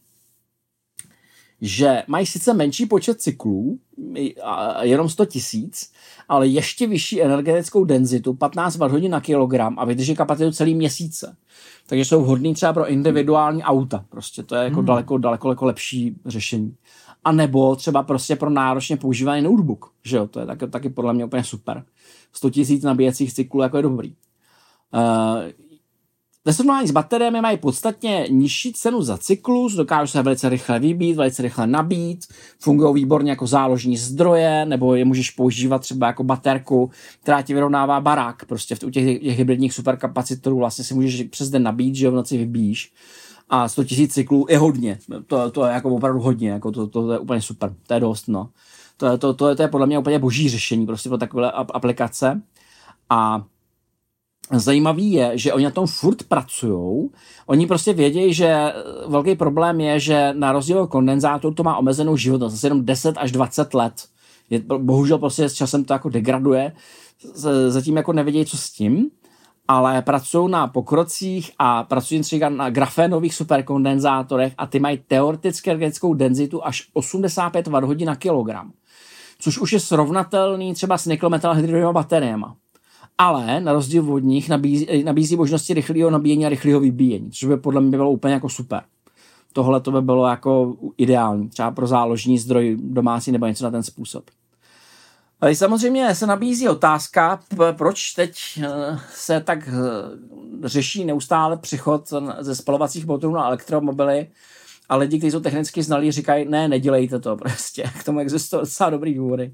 že mají sice menší počet cyklů, jenom sto tisíc, ale ještě vyšší energetickou denzitu, patnáct watthodin na kilogram a vydrží kapacitu celý měsíce. Takže jsou vhodný třeba pro individuální auta. Prostě to je jako hmm. daleko, daleko jako lepší řešení. A nebo třeba prostě pro náročně používaný notebook, že jo, to je taky, taky podle mě úplně super. sto tisíc nabíjecích cyklů jako je dobrý. Uh, ve srovnání s bateriemi mají podstatně nižší cenu za cyklus, dokážou se velice rychle vybít, velice rychle nabít, fungují výborně jako záložní zdroje, nebo je můžeš používat třeba jako baterku, která ti vyrovnává barák. Prostě v těch, těch hybridních superkapacitorů vlastně si můžeš přes den nabít, že jo, v noci vybíjíš. A sto tisíc cyklů je hodně. To, to je jako opravdu hodně. Jako to, to, to je úplně super. To je dost, no. To, to, to, to je podle mě úplně boží řešení prostě pro takové aplikace. A zajímavý je, že oni na tom furt pracujou. Oni prostě vědějí, že velký problém je, že na rozdíl od kondenzátoru to má omezenou životnost. Asi jenom deset až dvacet let. Je, bohužel prostě s časem to jako degraduje. Zatím jako nevědějí, co s tím. Ale pracují na pokrocích a pracují třeba na grafénových superkondenzátorech a ty mají teoreticky energetickou denzitu až osmdesát pět watthodin na kilogram, což už je srovnatelný třeba s nikl-metal-hydridovými bateriemi. Ale na rozdíl od nich nabízí, nabízí možnosti rychlého nabíjení a rychlého vybíjení, což by podle mě bylo úplně jako super. Tohle to by bylo jako ideální, třeba pro záložní zdroj domácí nebo něco na ten způsob. Ale samozřejmě se nabízí otázka, proč teď se tak řeší neustále přechod ze spalovacích motorů na elektromobily a lidi, kteří jsou technicky znalí, říkají, ne, nedělejte to prostě. K tomu existují docela dobrý důvody.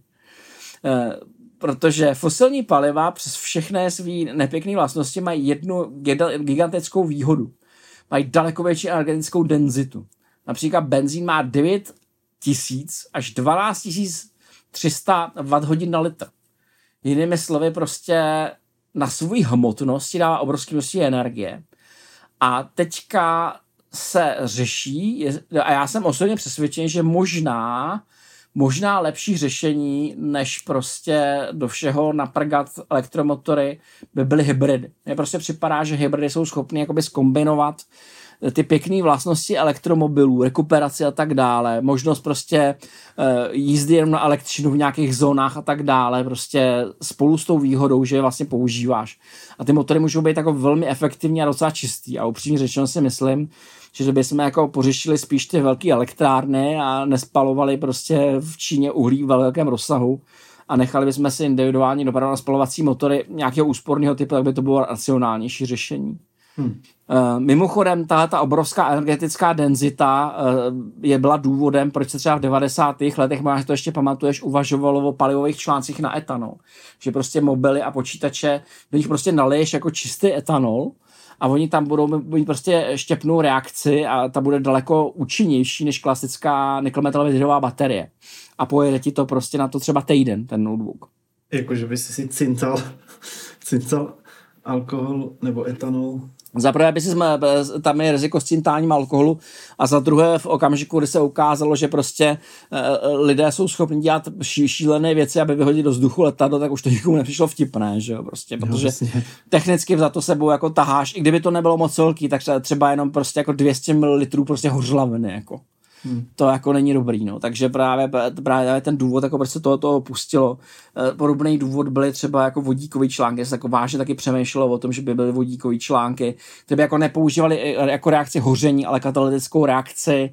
Protože fosilní paliva přes všechny svý nepěkné vlastnosti mají jednu gigantickou výhodu. Mají daleko větší energetickou denzitu. Například benzín má devět tisíc až dvanáct tisíc tři sta watthodin na litr. Jinými slovy prostě na svou hmotnosti dává obrovské množství energie. A teďka se řeší, a já jsem osobně přesvědčen, že možná možná lepší řešení, než prostě do všeho naprgat elektromotory, by byly hybridy. Mně prostě připadá, že hybridy jsou schopny jakoby zkombinovat ty pěkné vlastnosti elektromobilů, rekuperaci a tak dále, možnost prostě uh, jízdy jenom na elektřinu v nějakých zónách a tak dále, prostě spolu s tou výhodou, že je vlastně používáš. A ty motory můžou být jako velmi efektivní a docela čistý. A upřímně řečeno si myslím, že kdyby jsme jako pořešili spíš ty velké elektrárny a nespalovali prostě v Číně uhlí v velkém rozsahu a nechali bychom si individuální dopravu na spalovací motory nějakého úsporného typu, tak by to bylo racionálnější řešení. Hmm. Uh, mimochodem, tahle ta obrovská energetická denzita uh, je byla důvodem, proč se třeba v devadesátých letech, možná to ještě pamatuješ, uvažovalo o palivových článcích na etanol. Že prostě mobily a počítače, do nich prostě naliješ jako čistý etanol a oni tam budou, oni prostě štěpnou reakci a ta bude daleko účinnější než klasická nikl-metal baterie. A pojede ti to prostě na to třeba týden, ten notebook.
Jakože by si si cincal, cincal alkohol nebo etanol.
Za prvé by si jsme, tam je riziko s cintáním alkoholu a za druhé v okamžiku, kdy se ukázalo, že prostě uh, lidé jsou schopni dělat ší, šílené věci, aby vyhodili do vzduchu letadlo, tak už to nikomu nepřišlo vtipné, že jo, prostě, protože no, technicky za to sebou jako taháš, i kdyby to nebylo moc velký, tak třeba jenom prostě jako dvě stě mililitrů prostě hořlaviny, jako. Hmm. To jako není dobrý, no. Takže právě, právě ten důvod, jako proč se toho, toho pustilo. Podobný důvod byly třeba jako vodíkový články, se jako vážně taky přemýšlelo o tom, že by byly vodíkový články, které by jako nepoužívali jako reakci hoření, ale katalytickou reakci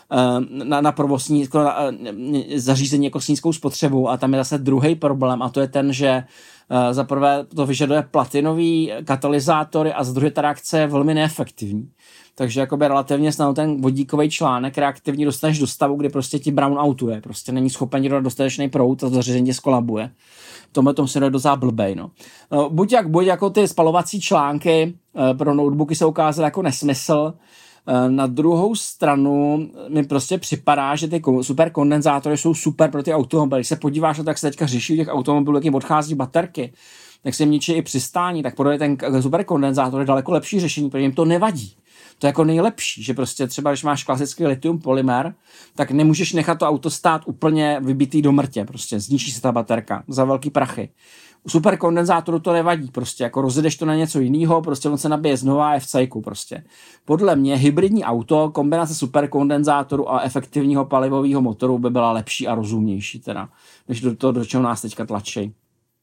na, na provozní jako na, zařízení jako s nízkou spotřebou. A tam je zase druhý problém a to je ten, že za prvé to vyžaduje platinový katalyzátory a za druhé ta reakce je velmi neefektivní. Takže jakoby relativně snadno ten vodíkový článek reaktivní dostaneš do stavu, kdy prostě ti brown outuje, prostě není schopen dodat dostatečný proud a to zařízení tě skolabuje. Tomhle tomu se jde docela blbej, no. no. Buď jak buď jako ty spalovací články pro notebooky se ukázaly jako nesmysl. Na druhou stranu mi prostě připadá, že ty superkondenzátory jsou super pro ty automobily. Když se podíváš na to, jak se teďka řeší těch automobilů, jak jim odchází baterky, tak se jim ničí i přistání, tak podle ten superkondenzátor je daleko lepší řešení, protože jim to nevadí. To je jako nejlepší, že prostě třeba, když máš klasický litium polymer, tak nemůžeš nechat to auto stát úplně vybitý do mrtě, prostě zničí se ta baterka za velký prachy. U superkondenzátoru to nevadí, prostě jako rozjedeš to na něco jiného, prostě on se nabije znova a je v cajku prostě. Podle mě hybridní auto, kombinace superkondenzátoru a efektivního palivového motoru by byla lepší a rozumnější teda, než do toho, do čeho nás teďka tlačí.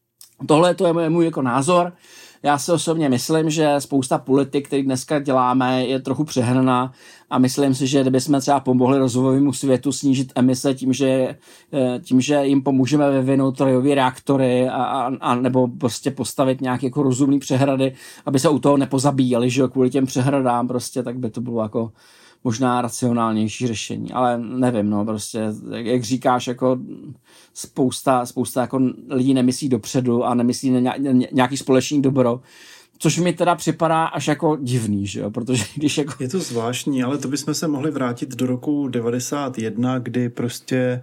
Tohle to je můj, můj jako názor. Já si osobně myslím, že spousta politik, který dneska děláme, je trochu přehnaná a myslím si, že kdybychom třeba pomohli rozvojovému světu snížit emise tím, že, tím, že jim pomůžeme vyvinout trojové reaktory a, a, a nebo prostě postavit nějaké jako rozumné přehrady, aby se u toho nepozabíjeli, že jo, kvůli těm přehradám prostě, tak by to bylo jako možná racionálnější řešení, ale nevím, no, prostě, jak, jak říkáš, jako spousta, spousta jako lidí nemyslí dopředu a nemyslí na nějaký společný dobro, což mi teda připadá až jako divný, že jo, protože když jako...
Je to zvláštní, ale to bychom se mohli vrátit do roku devadesát jedna, kdy prostě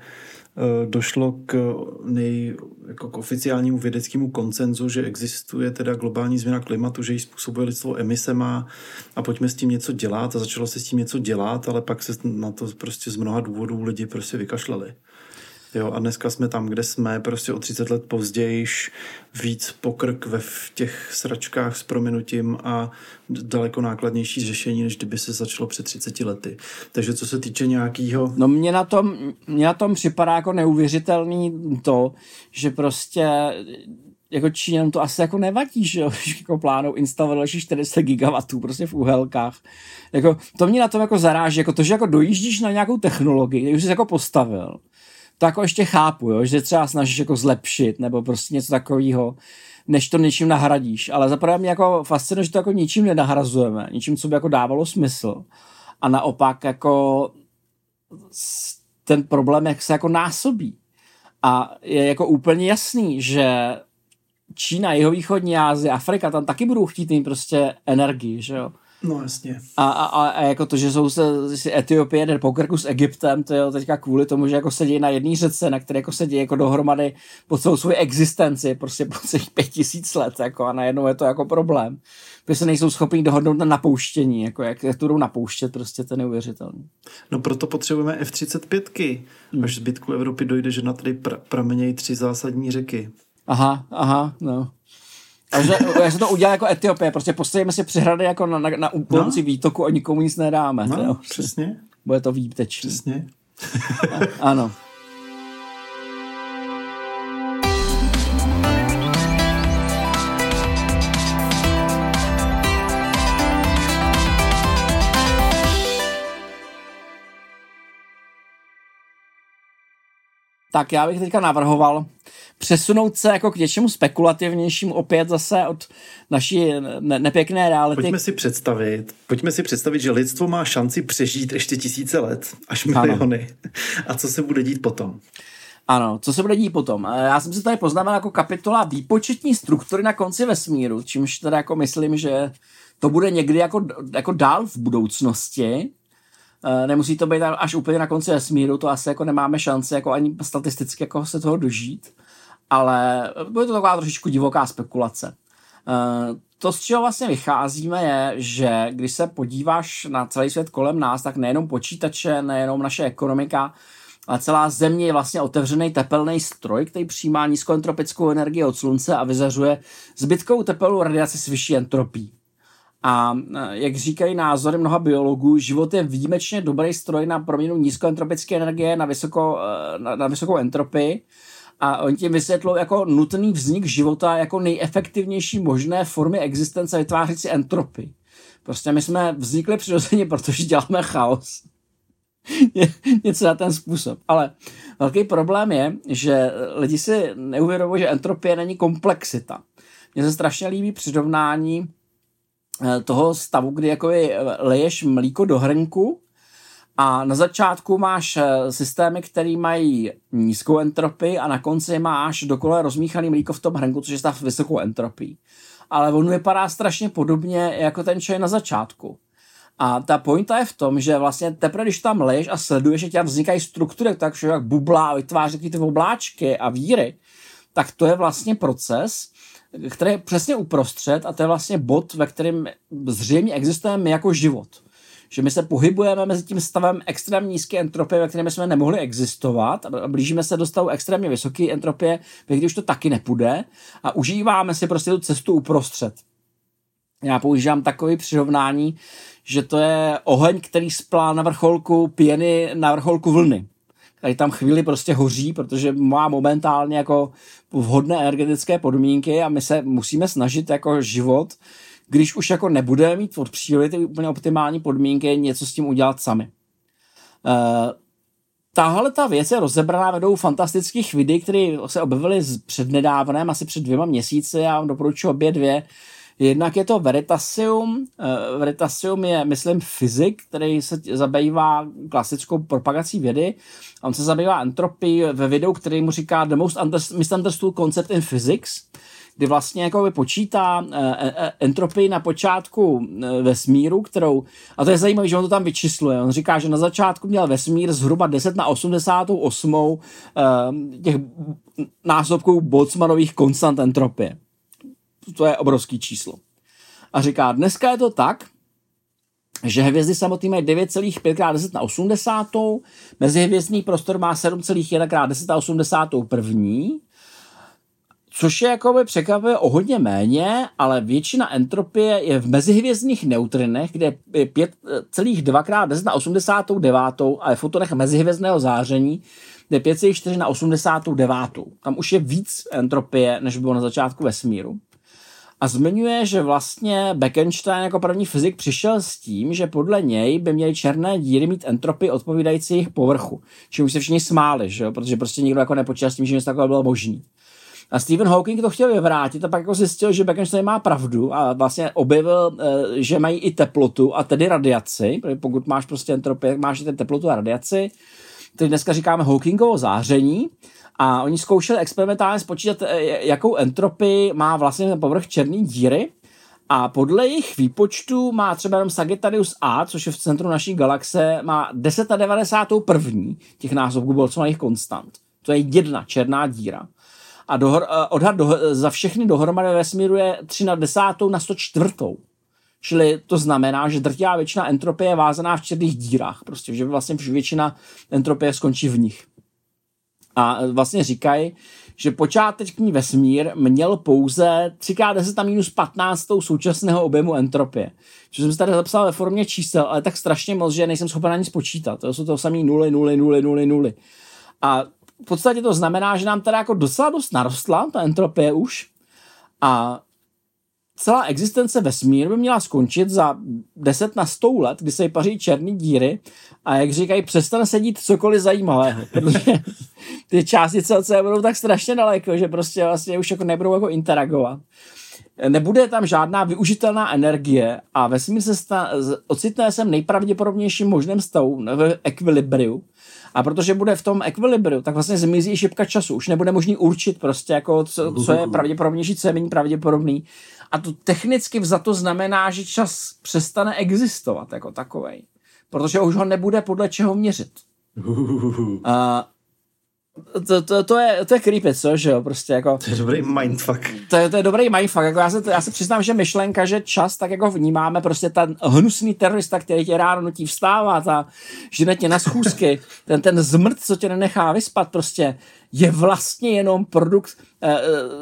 došlo k, nej, jako k oficiálnímu vědeckému konsenzu, že existuje teda globální změna klimatu, že ji způsobuje lidstvo emisema a pojďme s tím něco dělat a začalo se s tím něco dělat, ale pak se na to prostě z mnoha důvodů lidi prostě vykašlali. Jo, a dneska jsme tam, kde jsme, prostě o třicet let pozdějiš, víc pokrk ve v těch sračkách s prominutím a daleko nákladnější řešení, než kdyby se začalo před třiceti lety. Takže co se týče nějakého...
No mně na tom, mně na tom připadá jako neuvěřitelný to, že prostě jako Číňanům to asi jako nevadí, že jo, jako plánou instalovat další čtyři sta gigawattů prostě v uhelkách. Jako, to mě na tom jako zaráží, jako to, že jako dojíždíš na nějakou technologii, který už jsi jako postavil, to jako ještě chápu, jo, že třeba snažíš jako zlepšit nebo prostě něco takového, než to něčím nahradíš. Ale zaprvé mě jako fascinuje, že to jako ničím nenahrazujeme, ničím, co by jako dávalo smysl. A naopak jako ten problém jak se jako násobí. A je jako úplně jasný, že Čína, jihovýchodní Asie, Afrika, tam taky budou chtít mít prostě energii, že jo.
No jasně.
A, a, a jako to, že jsou se Etiopie jde po krku s Egyptem, to je teďka kvůli tomu, že jako sedí na jedné řece, na které jako sedí jako dohromady po celou svou existenci, prostě po celých pět tisíc let, jako a najednou je to jako problém. Protože se nejsou schopni dohodnout na napouštění, jako jak, jak to jdou napouštět, prostě to je neuvěřitelný.
No proto potřebujeme F třicet pět, hmm. až zbytku Evropy dojde, že na tady pra, pramenějí tři zásadní řeky.
Aha, aha, no. Takže jak se to udělá jako Etiopie, prostě postavíme si přehrady jako na, na, na konci no. výtoku a nikomu nic nedáme.
No,
jo.
přesně.
Bude to výtečný.
Přesně.
A, ano. Tak já bych teďka navrhoval přesunout se jako k něčemu spekulativnějšímu opět zase od naší ne- nepěkné reality.
Pojďme si představit, pojďme si představit, že lidstvo má šanci přežít ještě tisíce let, až miliony. Ano. A co se bude dít potom?
Ano, co se bude dít potom? Já jsem si tady poznamenal jako kapitola výpočetní struktury na konci vesmíru, čímž teda jako myslím, že to bude někdy jako, jako dál v budoucnosti. Nemusí to být až úplně na konci vesmíru, to asi jako nemáme šanci jako ani statisticky jako se toho dožít, ale bude to taková trošičku divoká spekulace. To, z čeho vlastně vycházíme, je, že když se podíváš na celý svět kolem nás, tak nejenom počítače, nejenom naše ekonomika, ale celá země je vlastně otevřený tepelný stroj, který přijímá nízkoentropickou energii od slunce a vyzařuje zbytkovou tepelnou radiaci s vyšší entropí. A jak říkají názory mnoha biologů, život je výjimečně dobrý stroj na proměnu nízkoentropické energie na, vysoko, na, na vysokou entropii. A oni tím vysvětlují jako nutný vznik života jako nejefektivnější možné formy existence vytvářící entropii. Prostě my jsme vznikli přirozeně, protože děláme chaos. Něco na ten způsob. Ale velký problém je, že lidi si neuvědomují, že entropie není komplexita. Mně se strašně líbí přirovnání toho stavu, kdy jako leješ mlíko do hrnku a na začátku máš systémy, které mají nízkou entropii a na konci máš dokola rozmíchaný mlíko v tom hrnku, což je stav vysokou entropii. Ale on vypadá strašně podobně jako ten čaj na začátku. A ta pointa je v tom, že vlastně teprve, když tam leješ a sleduješ, že tam vznikají struktury, takže jak bublá, vytváří ty obláčky a víry, tak to je vlastně proces, který je přesně uprostřed a to je vlastně bod, ve kterém zřejmě existujeme my jako život. Že my se pohybujeme mezi tím stavem extrémně nízké entropie, ve kterém jsme nemohli existovat a blížíme se do stavu extrémně vysoké entropie, ve když to taky nepůjde a užíváme si prostě tu cestu uprostřed. Já používám takové přirovnání, že to je oheň, který splá na vrcholku pěny, na vrcholku vlny. Tady tam chvíli prostě hoří, protože má momentálně jako vhodné energetické podmínky a my se musíme snažit jako život, když už jako nebudeme mít od přírody úplně optimální podmínky, něco s tím udělat sami. Uh, Tahle ta věc je rozebraná vedou fantastických videí, které se objevily přednedávnem, asi před dvěma měsíci, já vám doporučuji obě dvě. Jednak je to Veritasium. Veritasium je, myslím, fyzik, který se zabývá klasickou propagací vědy. On se zabývá entropii ve videu, který mu říká The Most Misunderstood Concept in Physics, kdy vlastně jako počítá entropii na počátku vesmíru, kterou, a to je zajímavé, že on to tam vyčísluje. On říká, že na začátku měl vesmír zhruba deset na osmdesát osm těch násobků Boltzmannových konstant entropie. To je obrovský číslo. A říká, dneska je to tak, že hvězdy samotný mají devět celá pět krát deset na osmdesát, mezihvězdný prostor má sedm celá jedna krát deset na osmdesát jedna, což je jakoby překvapivě o hodně méně, ale většina entropie je v mezihvězdných neutrinech, kde je pět celá dva krát deset na osmdesát devět a je v fotonech mezihvězdného záření, kde je pět celá čtyři na osmdesát devět. Tam už je víc entropie, než bylo na začátku vesmíru. A zmiňuje, že vlastně Bekenstein jako první fyzik přišel s tím, že podle něj by měly černé díry mít entropii odpovídající jejich povrchu. Čím se všichni smáli, že jo? Protože prostě nikdo jako nepočítal s tím, že něco takové bylo možný. A Stephen Hawking to chtěl vyvrátit a pak jako zjistil, že Bekenstein má pravdu a vlastně objevil, že mají i teplotu a tedy radiaci, protože pokud máš prostě entropii, máš i ten teplotu a radiaci. Teď dneska říkáme Hawkingovo záření. A oni zkoušeli experimentálně spočítat, jakou entropii má vlastně povrch černé díry A podle jejich výpočtu má třeba jenom Sagittarius A, což je v centru naší galaxie, má deset na devadesát jedna těch násobků bolcových konstant. To je jedna černá díra. A dohor, odhad do, za všechny dohromady vesmíru je tři na desátou na sto čtyři. Čili to znamená, že drtivá většina entropie je vázaná v černých dírách. Prostě, že vlastně většina entropie skončí v nich. A vlastně říkají, že počáteční vesmír měl pouze tři krát deset na minus patnáct současného objemu entropie. Což jsem si tady zapsal ve formě čísel, ale tak strašně moc, že nejsem schopen ani spočítat. To jsou to samý nuly, nuly, nuly, nuly, nuly. A v podstatě to znamená, že nám teda jako docela dost narostla ta entropie už a celá existence vesmíru by měla skončit za deset na sto let, kdy se jí paří černý díry a jak říkají, přestane se dít cokoliv zajímavého, protože ty částice od sebe budou tak strašně daleko, že prostě vlastně už jako nebudou jako interagovat. Nebude tam žádná využitelná energie a vesmír se sta- ocitne sem nejpravděpodobnějším možným stavu v ekvilibriu. A protože bude v tom ekvilibriu, tak vlastně zmizí šipka času. Už nebude možný určit prostě, jako co, co je pravděpodobnější, co je méně pravděpodobný. A to technicky vzato znamená, že čas přestane existovat jako takovej. Protože už ho nebude podle čeho měřit. A to, to, to, je, to je creepy, co, že jo, prostě jako...
To je dobrý mindfuck.
To je, to je dobrý mindfuck, jako já se, já se přiznám, že myšlenka, že čas, tak jako vnímáme, prostě ten hnusný terorista, který tě ráno nutí vstávat a žene tě na schůzky, ten, ten zmrt, co tě nenechá vyspat, prostě je vlastně jenom produkt eh,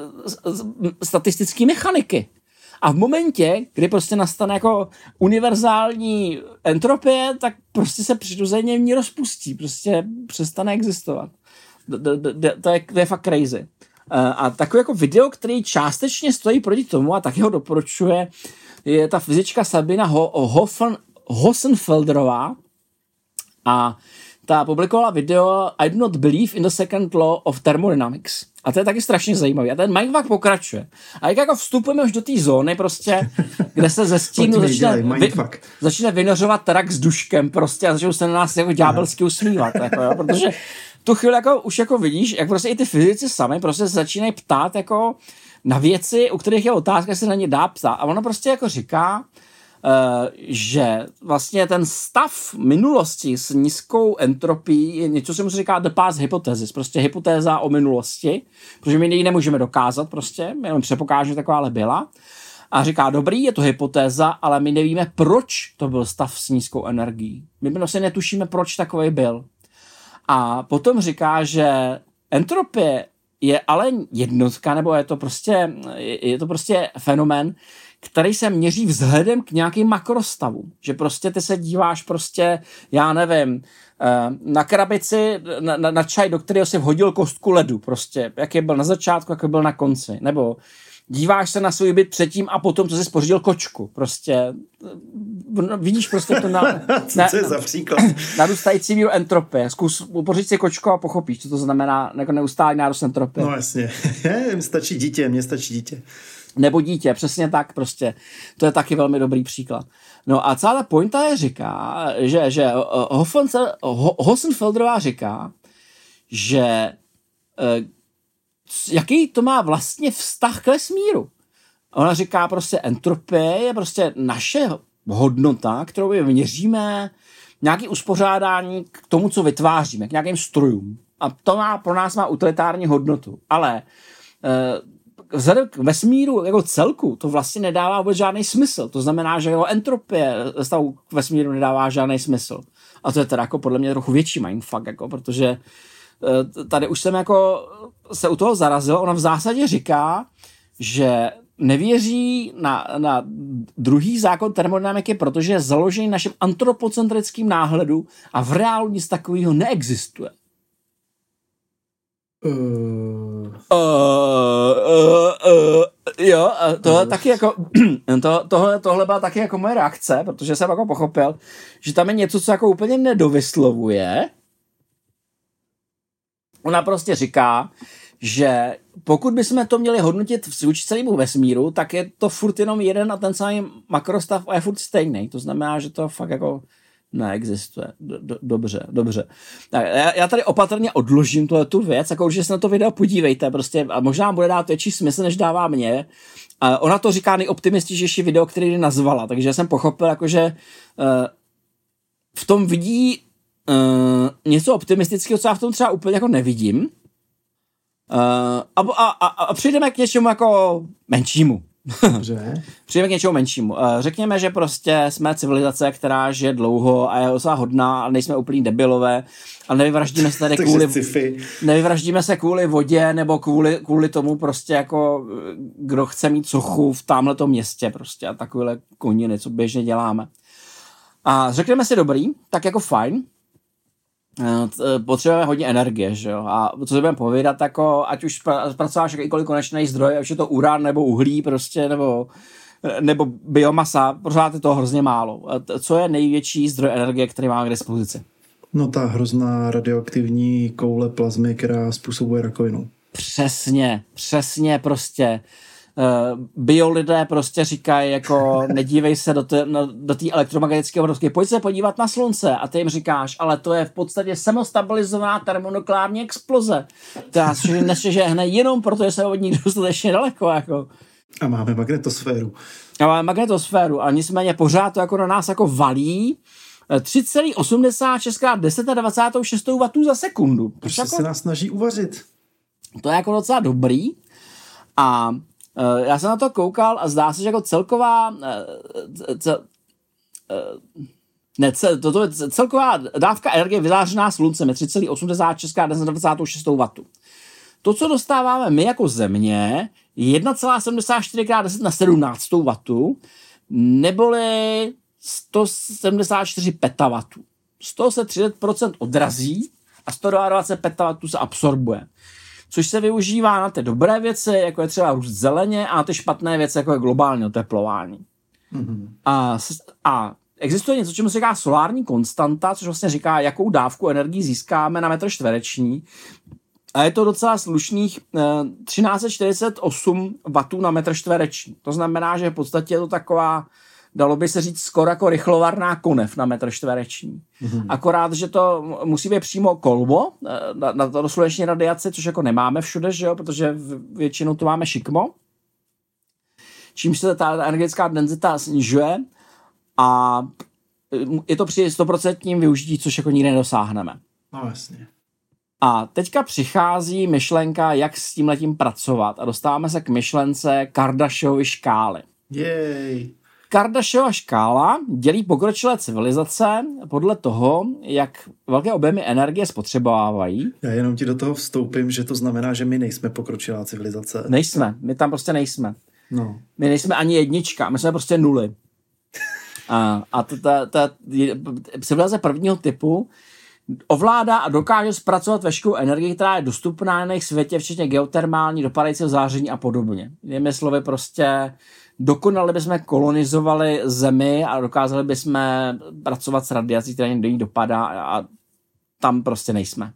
statistické mechaniky. A v momentě, kdy prostě nastane jako univerzální entropie, tak prostě se přirozeně v ní rozpustí, prostě přestane existovat. To je, to je fakt crazy. A takový jako video, který částečně stojí proti tomu a taky ho doporučuje, je ta fyzička Sabina Ho- Hossenfelderová a ta publikovala video I do not believe in the second law of thermodynamics. A to je taky strašně zajímavý. A ten mindfuck pokračuje. A jak jako vstupujeme už do té zóny, prostě, kde se ze stínu začne, vy, začne vynořovat trak s duškem prostě a začnou se na nás jako ďábelsky usmívat. Jako, jo, protože tu chvíli jako, už jako vidíš, jak prostě i ty fyzici sami prostě se začínají ptát jako na věci, u kterých je otázka, jestli se na ně dá ptát. A ona prostě jako říká, Uh, že vlastně ten stav minulosti s nízkou entropií je něco, co se říká the past hypothesis, prostě hypotéza o minulosti, protože my ji nemůžeme dokázat prostě, my jenom předpokládáme, že takováhle byla. A říká, dobrý, je to hypotéza, ale my nevíme, proč to byl stav s nízkou energií. My prostě netušíme, proč takový byl. A potom říká, že entropie je ale jednotka, nebo je to prostě, je to prostě fenomén, který se měří vzhledem k nějakým makrostavu. Že prostě ty se díváš prostě, já nevím, na krabici, na, na, na čaj, do kterého si vhodil kostku ledu. Prostě, jaký byl na začátku, jaký byl na konci. Nebo díváš se na svůj byt předtím a potom, co jsi spořídil kočku. Prostě vidíš prostě to na...
co na, je za příklad?
Narůstající míru entropie. Zkus pořídit si kočku a pochopíš, co to znamená jako neustálý nárůst entropie.
No jasně. Mně stačí dítě, mně stačí dítě.
Nebo dítě, přesně tak prostě. To je taky velmi dobrý příklad. No a celá ta pointa je říká, že, že Hossenfelderová říká, že jaký to má vlastně vztah k vesmíru. Ona říká prostě entropie je prostě naše hodnota, kterou my měříme nějaké uspořádání k tomu, co vytváříme, k nějakým strojům. A to má, pro nás má utilitární hodnotu. Ale vzhledem k vesmíru jako celku to vlastně nedává vůbec žádný smysl. To znamená, že jeho entropie stavu k vesmíru nedává žádný smysl. A to je teda jako podle mě trochu větší mindfuck, jako, protože tady už jsem jako se u toho zarazil. Ona v zásadě říká, že nevěří na, na druhý zákon termodynamiky, protože je založený naším antropocentrickým náhledu a v reálu nic takového neexistuje. Uh. Uh, uh, uh, jo, tohle uh. taky jako to, tohle, tohle byla taky jako moje reakce, protože jsem jako pochopil, že tam je něco, co jako úplně nedovyslovuje. Ona prostě říká, že pokud bychom to měli hodnotit vůči celému vesmíru, tak je to furt jenom jeden a ten samý makrostav a je furt stejný. To znamená, že to fakt jako Neexistuje. Do, dobře, dobře. Tak, já, já tady opatrně odložím tu věc, jako že se na to video podívejte, prostě, a možná bude dát větší smysl, než dává mě. A ona to říká nejoptimističtější video, který nazvala, takže jsem pochopil, jakože uh, v tom vidí uh, něco optimistického, co já v tom třeba úplně jako nevidím. Uh, a, a, a, a přijdeme k něčemu jako menšímu.
Dobře.
Přijdeme k něčemu menšímu. Řekněme, že prostě jsme civilizace, která žije dlouho a je docela hodná a nejsme úplný debilové a nevyvraždíme se tady kvůli nevyvraždíme se kvůli vodě nebo kvůli, kvůli tomu prostě jako kdo chce mít sochu v támhletom městě prostě a takovéhle koniny, co běžně děláme. A řekneme si dobrý, tak jako fajn, potřebujeme hodně energie, že jo, a co si budeme povědat, jako, ať už zpracováš jakýkoliv konečný zdroj, ať už je to uran, nebo uhlí, prostě, nebo, nebo biomasa, pořád je to hrozně málo. Co je největší zdroj energie, který máme k dispozici?
No ta hrozná radioaktivní koule plazmy, která způsobuje rakovinu.
Přesně, přesně prostě. Uh, biolidé prostě říkají, jako nedívej se do té no, do té elektromagnetické obrovské, pojď se podívat na slunce a ty jim říkáš, ale to je v podstatě samostabilizovaná termonukleární exploze. To já si nestřežehne jenom proto, že se od ní dostatečně daleko. Jako.
A máme magnetosféru.
A máme magnetosféru a nicméně pořád to jako na nás jako valí tři celá osmdesát šest krát deset na dvacet šest wattů za sekundu.
Protože
jako,
se nás snaží uvařit.
To je jako docela dobrý a Uh, já jsem na to koukal a zdá se, že jako celková uh, cel, uh, ne, cel, to, to je celková dávka energie vyzářená sluncem je tři celá osmdesát šest krát deset na dvacet šest wattů. To, co dostáváme my jako země, je jedna celá sedmdesát čtyři krát deset na sedmnáct wattů, neboli sto sedmdesát čtyři petawattů. Z toho se třicet procent odrazí a sto dvacet dva petawattů se absorbuje. Což se využívá na ty dobré věci, jako je třeba růst zeleně, a na ty špatné věci, jako je globální oteplování. Mm-hmm. A, a existuje něco, čemu se říká solární konstanta, což vlastně říká, jakou dávku energii získáme na metr čtvereční. A je to docela slušných eh, třináct set čtyřicet osm wattů na metr čtvereční. To znamená, že v podstatě je to taková, dalo by se říct, skoro jako rychlovarná konev na metr čtvereční. Mm-hmm. Akorát, že to musí být přímo kolmo na, na to sluneční radiaci, což jako nemáme všude, že jo, protože většinou tu máme šikmo. Čímž se ta energetická denzita snižuje a je to při sto procent využití, což jako nikdy nedosáhneme.
No jasně.
A teďka přichází myšlenka, jak s tímhletím pracovat a dostáváme se k myšlence Kardashiovy škály.
Jej.
Kardashiova škála dělí pokročilé civilizace podle toho, jak velké objemy energie spotřebovávají.
Já jenom ti do toho vstoupím, že to znamená, že my nejsme pokročilá civilizace.
Nejsme, my tam prostě nejsme.
No.
My nejsme ani jednička, my jsme prostě nuly. A, a ta, ta civilizace prvního typu ovládá a dokáže zpracovat veškerou energii, která je dostupná na jejich světě, včetně geotermální, dopadajícího záření a podobně. Jinými slovy prostě dokonale bychom kolonizovali Zemi a dokázali bychom pracovat s radiací, která do ní dopadá a tam prostě nejsme.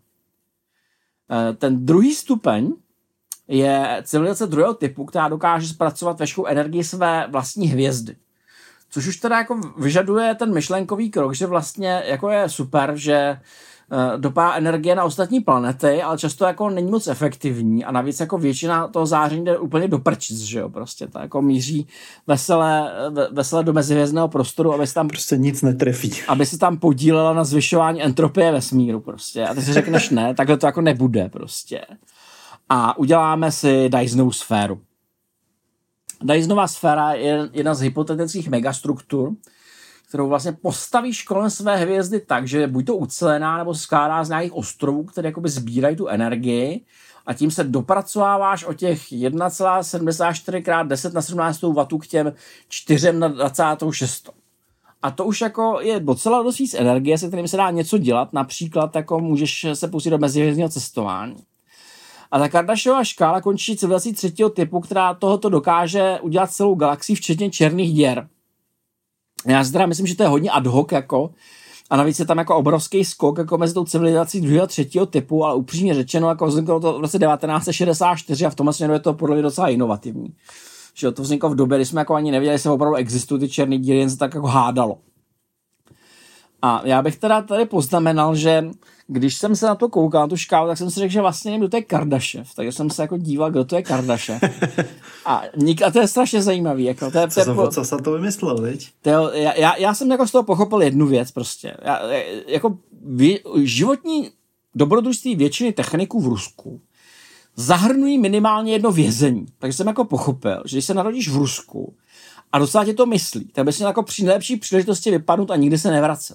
Ten druhý stupeň je civilizace druhého typu, která dokáže zpracovat veškerou energii své vlastní hvězdy. Což už teda jako vyžaduje ten myšlenkový krok, že vlastně jako je super, že dopadá energie na ostatní planety, ale často jako není moc efektivní a navíc jako většina toho záření jde úplně do prčic, že jo, prostě to jako míří vesele, vesele do mezihvězdného prostoru, aby se tam
prostě nic netrefí.
Aby se tam podílela na zvyšování entropie vesmíru prostě. A ty si řekneš ne, takhle to jako nebude prostě. A uděláme si Dysonovu sféru. Dysonova sféra je jedna z hypotetických megastruktur, kterou vlastně postavíš kolem své hvězdy tak, že buď to ucelená, nebo se skládá z nějakých ostrovů, které jakoby sbírají tu energii a tím se dopracováváš o těch jedna celá sedmdesát čtyři krát deset na sedmnáct wattů k těm čtyři na dvacet šest. A to už jako je docela dost víc energie, se kterým se dá něco dělat, například jako můžeš se pustit do mezihvězdného cestování. A ta Kardashiova škála končí civilizací třetího typu, která tohoto dokáže udělat celou galaxii, včetně černých děr. Já si teda myslím, že to je hodně ad hoc, jako, a navíc je tam jako obrovský skok jako mezi tou civilizací druhého a třetího typu, ale upřímně řečeno, jako vzniklo to v roce devatenáct set šedesát čtyři a v tomhle směru je to podle mě docela inovativní. Že to vzniklo v době, kdy jsme jako ani nevěděli, že opravdu existují ty černé díry, jen se tak jako hádalo. A já bych teda tady poznamenal, že když jsem se na to koukal, na tu škálu, tak jsem si řekl, že vlastně nevím, kdo to je Kardashev. Takže jsem se jako díval, kdo to je Kardashev. A, a to je strašně zajímavý. Jako, to je,
co, to je, co jsem to vymyslel, viď?
To je, já, já, já jsem jako z toho pochopil jednu věc prostě. Já, jako vě, životní dobrodružství většiny techniků v Rusku zahrnují minimálně jedno vězení. Takže jsem jako pochopil, že když se narodíš v Rusku a docela tě to myslí, tak bys měl jako při nejlepší příležitosti vypadnout a nikdy se nevracet.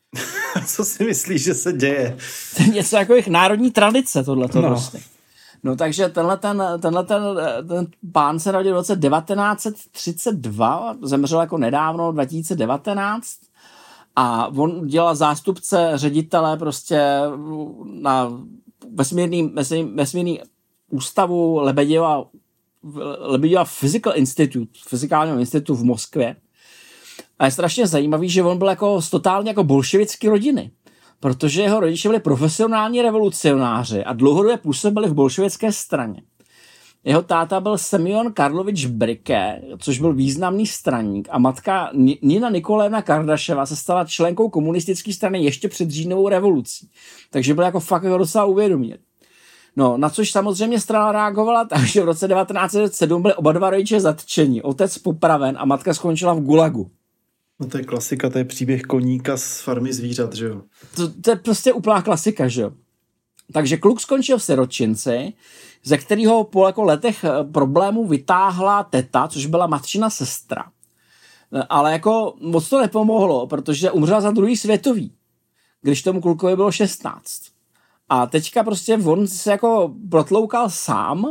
Co si myslíš, že se děje?
To je něco jako jejich národní tradice, tohleto no. prostě. No takže tenhle ten, tenhle ten, ten pán se narodil v roce devatenáct set třicet dva, zemřel jako nedávno, dva tisíce devatenáct, a on dělal zástupce ředitele prostě na vesmírný, vesmírný, vesmírný ústavu Lebeděva, Lebeděva Physical Institute, fyzikálního institutu v Moskvě. A je strašně zajímavý, že on byl jako z totálně jako bolševické rodiny, protože jeho rodiče byli profesionální revolucionáři a dlouhodobě působili v bolševické straně. Jeho táta byl Semyon Karlovič Briké, což byl významný straník, a matka Nina Nikolaevna Kardaševa se stala členkou komunistické strany ještě před říjnovou revolucí. Takže byl jako fakt jako docela uvědoměný. No, na což samozřejmě strana reagovala, takže v roce devatenáct set sedm byli oba dva rodiče zatčeni, otec popraven a matka skončila v gulagu.
No to je klasika, to je příběh koníka z farmy zvířat, že jo?
To, to je prostě úplná klasika, že jo? Takže kluk skončil v sirotčinci, ze kterého po jako letech problémů vytáhla teta, což byla matčina sestra. Ale jako moc to nepomohlo, protože umřela za druhý světový, když tomu klukovi bylo šestnáct. A teďka prostě on se jako protloukal sám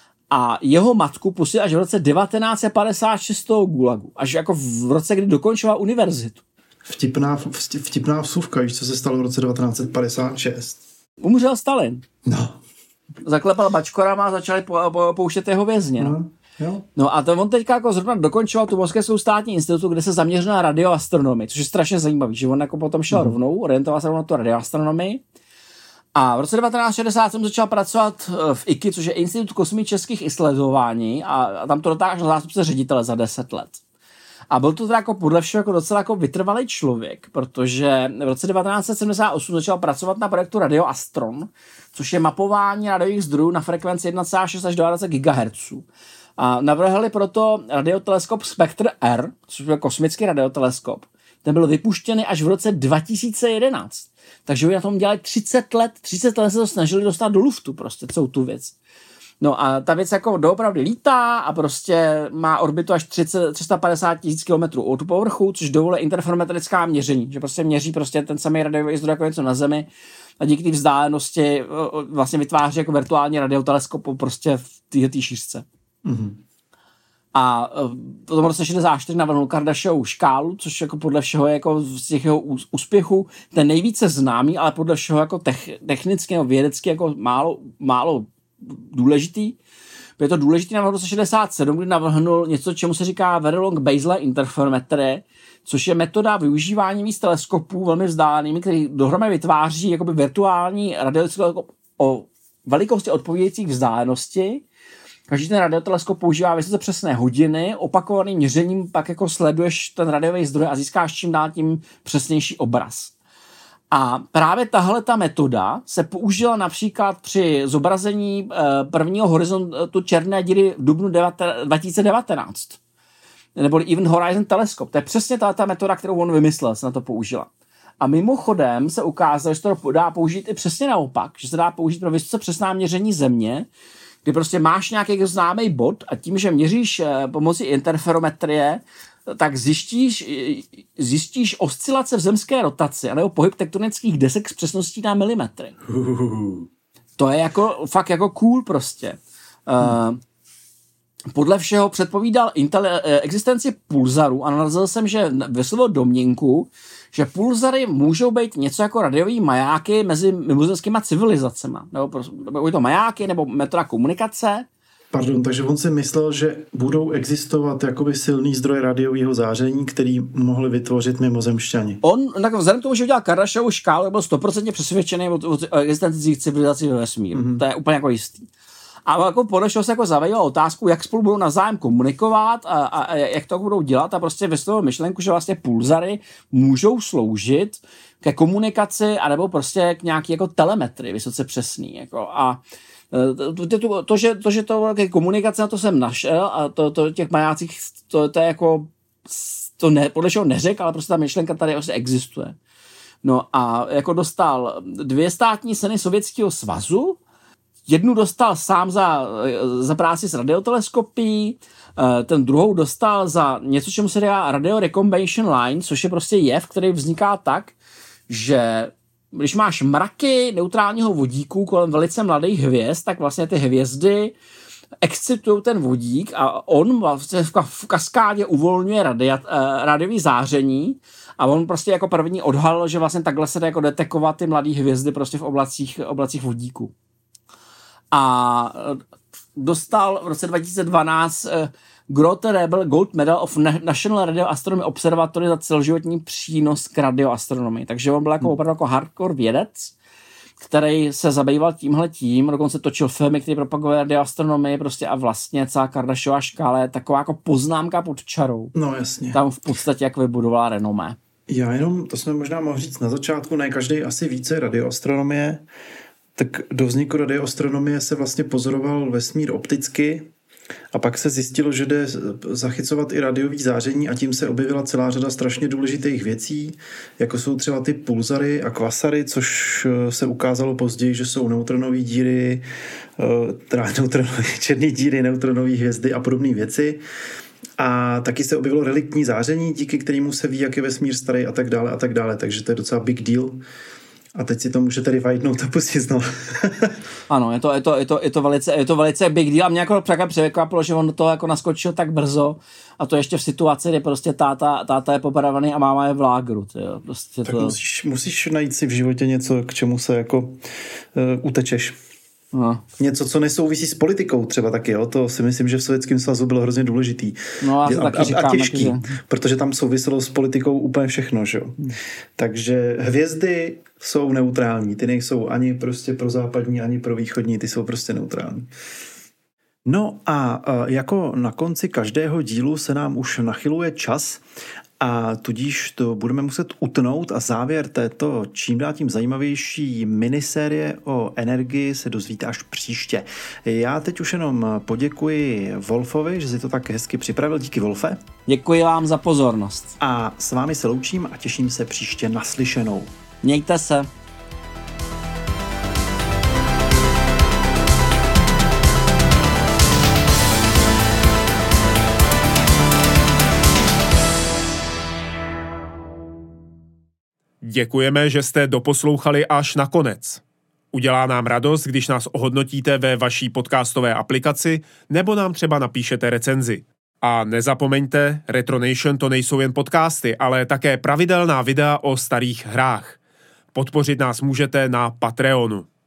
a jeho matku pustil až v roce devatenáct set padesát šest toho gulagu. Až jako v roce, kdy dokončoval univerzitu.
Vtipná, vtipná vsuvka, víš, co se stalo v roce devatenáct set padesát šest.
Umřel Stalin.
No.
Zaklepal bačkorama a začali po, po, pouštět jeho vězně. No.
Jo.
No a to on teďka jako zrovna dokončoval tu Moskevskou státní institutu, kde se zaměřil na radioastronomii, což je strašně zajímavý, že on jako potom šel mm. rovnou, orientoval se rovnou na tu radioastronomii. A v roce devatenáct set šedesát jsem začal pracovat v I K I, což je Institut kosmických isledování, a, a tam to dotáhl zástupce ředitele za deset let. A byl to teda jako podle všeho jako docela jako vytrvalý člověk, protože v roce devatenáct set sedmdesát osm začal pracovat na projektu Radioastron, což je mapování radiových zdrojů na frekvenci jedna celá šest až dvacet gigahertzů. A navrhli proto radioteleskop Spectre R, což byl kosmický radioteleskop. Ten byl vypuštěný až v roce dva tisíce jedenáct. Takže oni na tom dělali třicet let, třicet let se to snažili dostat do luftu prostě, celou tu věc. No a ta věc jako doopravdy lítá a prostě má orbitu až tři sta padesát tisíc kilometrů od povrchu, což dovoluje interferometrická měření, že prostě měří prostě ten samý radiový zdroj jako něco na Zemi a díky té vzdálenosti vlastně vytváří jako virtuální radioteleskop prostě v této šířce. Mm-hmm. A potom v roce šedesát čtyři navrhnul Kardashevovu škálu, což jako podle všeho je jako z těch jeho úspěchů ten nejvíce známý, ale podle všeho jako technicky nebo vědecky jako málo, málo důležitý. Je to důležitý na roce šedesát sedm, kdy navrhnul něco, čemu se říká Very Long Baseline Interferometry, což je metoda využívání víc teleskopů velmi vzdálenými, který dohromady vytváří jakoby virtuální radioteleskop o velikosti odpovídajících vzdálenosti. Každý ten radioteleskop používá vysoce přesné hodiny, opakovaným měřením pak jako sleduješ ten radiový zdroj a získáš čím dál tím přesnější obraz. A právě tahle ta metoda se použila například při zobrazení prvního horizontu černé díry v dubnu dva tisíce devatenáct. Neboli Event Horizon Telescope. To je přesně ta metoda, kterou on vymyslel, se na to použila. A mimochodem se ukázalo, že to dá použít i přesně naopak, že se dá použít pro vysoce přesná měření Země, kdy prostě máš nějaký známý bod a tím, že měříš pomocí interferometrie, tak zjistíš, zjistíš oscilace v zemské rotaci anebo pohyb tektonických desek s přesností na milimetry. Uh. To je jako fakt jako cool prostě. Hmm. Uh, podle všeho předpovídal intele- existenci pulzarů a nalezl jsem, že vyslovil domněnku, že pulzary můžou být něco jako radiový majáky mezi mimozemskýma civilizacemi. Nebo, prostě, nebo to majáky, nebo metoda komunikace.
Pardon, takže on si myslel, že budou existovat jakoby silný zdroje radiového záření, který mohli vytvořit mimozemšťani.
On, tak vzhledem k tomu, že udělal Kardashevovu škálu, byl stoprocentně přesvědčený o, o existenci civilizací ve vesmíru. Mm-hmm. To je úplně jako jistý. A jako podešel se jako zavěděl otázku, jak spolu budou navzájem komunikovat a, a, a jak to budou dělat a prostě vyslovil myšlenku, že vlastně pulzary můžou sloužit ke komunikaci anebo prostě k nějaký jako telemetrii vysoce přesný. Jako. A to, to, to, že, to, že to ke komunikaci na to jsem našel a to, to těch majácích, to, to je jako, to ne, podle čeho neřekl, ale prostě ta myšlenka tady vlastně existuje. No a jako dostal dvě státní ceny Sovětského svazu, jednu dostal sám za, za práci s radioteleskopií, ten druhou dostal za něco, čemu se říká Radio Recombination Line, což je prostě jev, který vzniká tak, že když máš mraky neutrálního vodíku kolem velice mladých hvězd, tak vlastně ty hvězdy excitují ten vodík a on vlastně v kaskádě uvolňuje radia, radiový záření a on prostě jako první odhalil, že vlastně takhle se dá jako detekovat ty mladé hvězdy prostě v oblacích, oblacích vodíku. A dostal v roce dva tisíce dvanáct Grote Rebel Gold Medal of National Radio Astronomy Observatory za celoživotní přínos k radioastronomii. Takže on byl jako opravdu jako hardcore vědec, který se zabýval tímhletím, dokonce točil filmy, které propagovaly radioastronomii prostě a vlastně celá Kardashiova škála je taková jako poznámka pod čarou.
No jasně.
Tam v podstatě jak vybudovala renomé.
Já jenom, to jsme možná mohli říct na začátku, ne každý asi více radioastronomie, tak do vzniku radioastronomie se vlastně pozoroval vesmír opticky a pak se zjistilo, že jde zachycovat i radiový záření a tím se objevila celá řada strašně důležitých věcí, jako jsou třeba ty pulzary a kvasary, což se ukázalo později, že jsou neutronové díry, teda neutronové černé díry, neutronové hvězdy a podobné věci. A taky se objevilo reliktní záření, díky kterému se ví, jak je vesmír starý a tak dále a tak dále, takže to je docela big deal. A teď si to můžete revidenout a pustit znovu.
Ano, je to, je, to, je, to, je, to velice, je to velice big deal a mě jako překvapilo, že on to jako naskočil tak brzo a to ještě v situaci, kdy prostě táta, táta je popravený a máma je v lágru. Tyjo. Prostě
tak
to...
musíš, musíš najít si v životě něco, k čemu se jako uh, utečeš.
No.
Něco, co nesouvisí s politikou třeba taky, jo? To si myslím, že v Sovětském svazu bylo hrozně důležitý.
No, já
a,
taky říkám,
a těžký,
taky, že...
protože tam souviselo s politikou úplně všechno, že jo. Hmm. Takže hvězdy jsou neutrální, ty nejsou ani prostě pro západní, ani pro východní, ty jsou prostě neutrální. No a jako na konci každého dílu se nám už nachyluje čas a tudíž to budeme muset utnout a závěr této čím dál tím zajímavější minisérie o energii se dozvíte až příště. Já teď už jenom poděkuji Wolfovi, že si to tak hezky připravil. Díky, Wolfe.
Děkuji vám za pozornost.
A s vámi se loučím a těším se příště naslyšenou.
Mějte se.
Děkujeme, že jste doposlouchali až na konec. Udělá nám radost, když nás ohodnotíte ve vaší podcastové aplikaci nebo nám třeba napíšete recenzi. A nezapomeňte, Retro Nation to nejsou jen podcasty, ale také pravidelná videa o starých hrách. Podpořit nás můžete na Patreonu.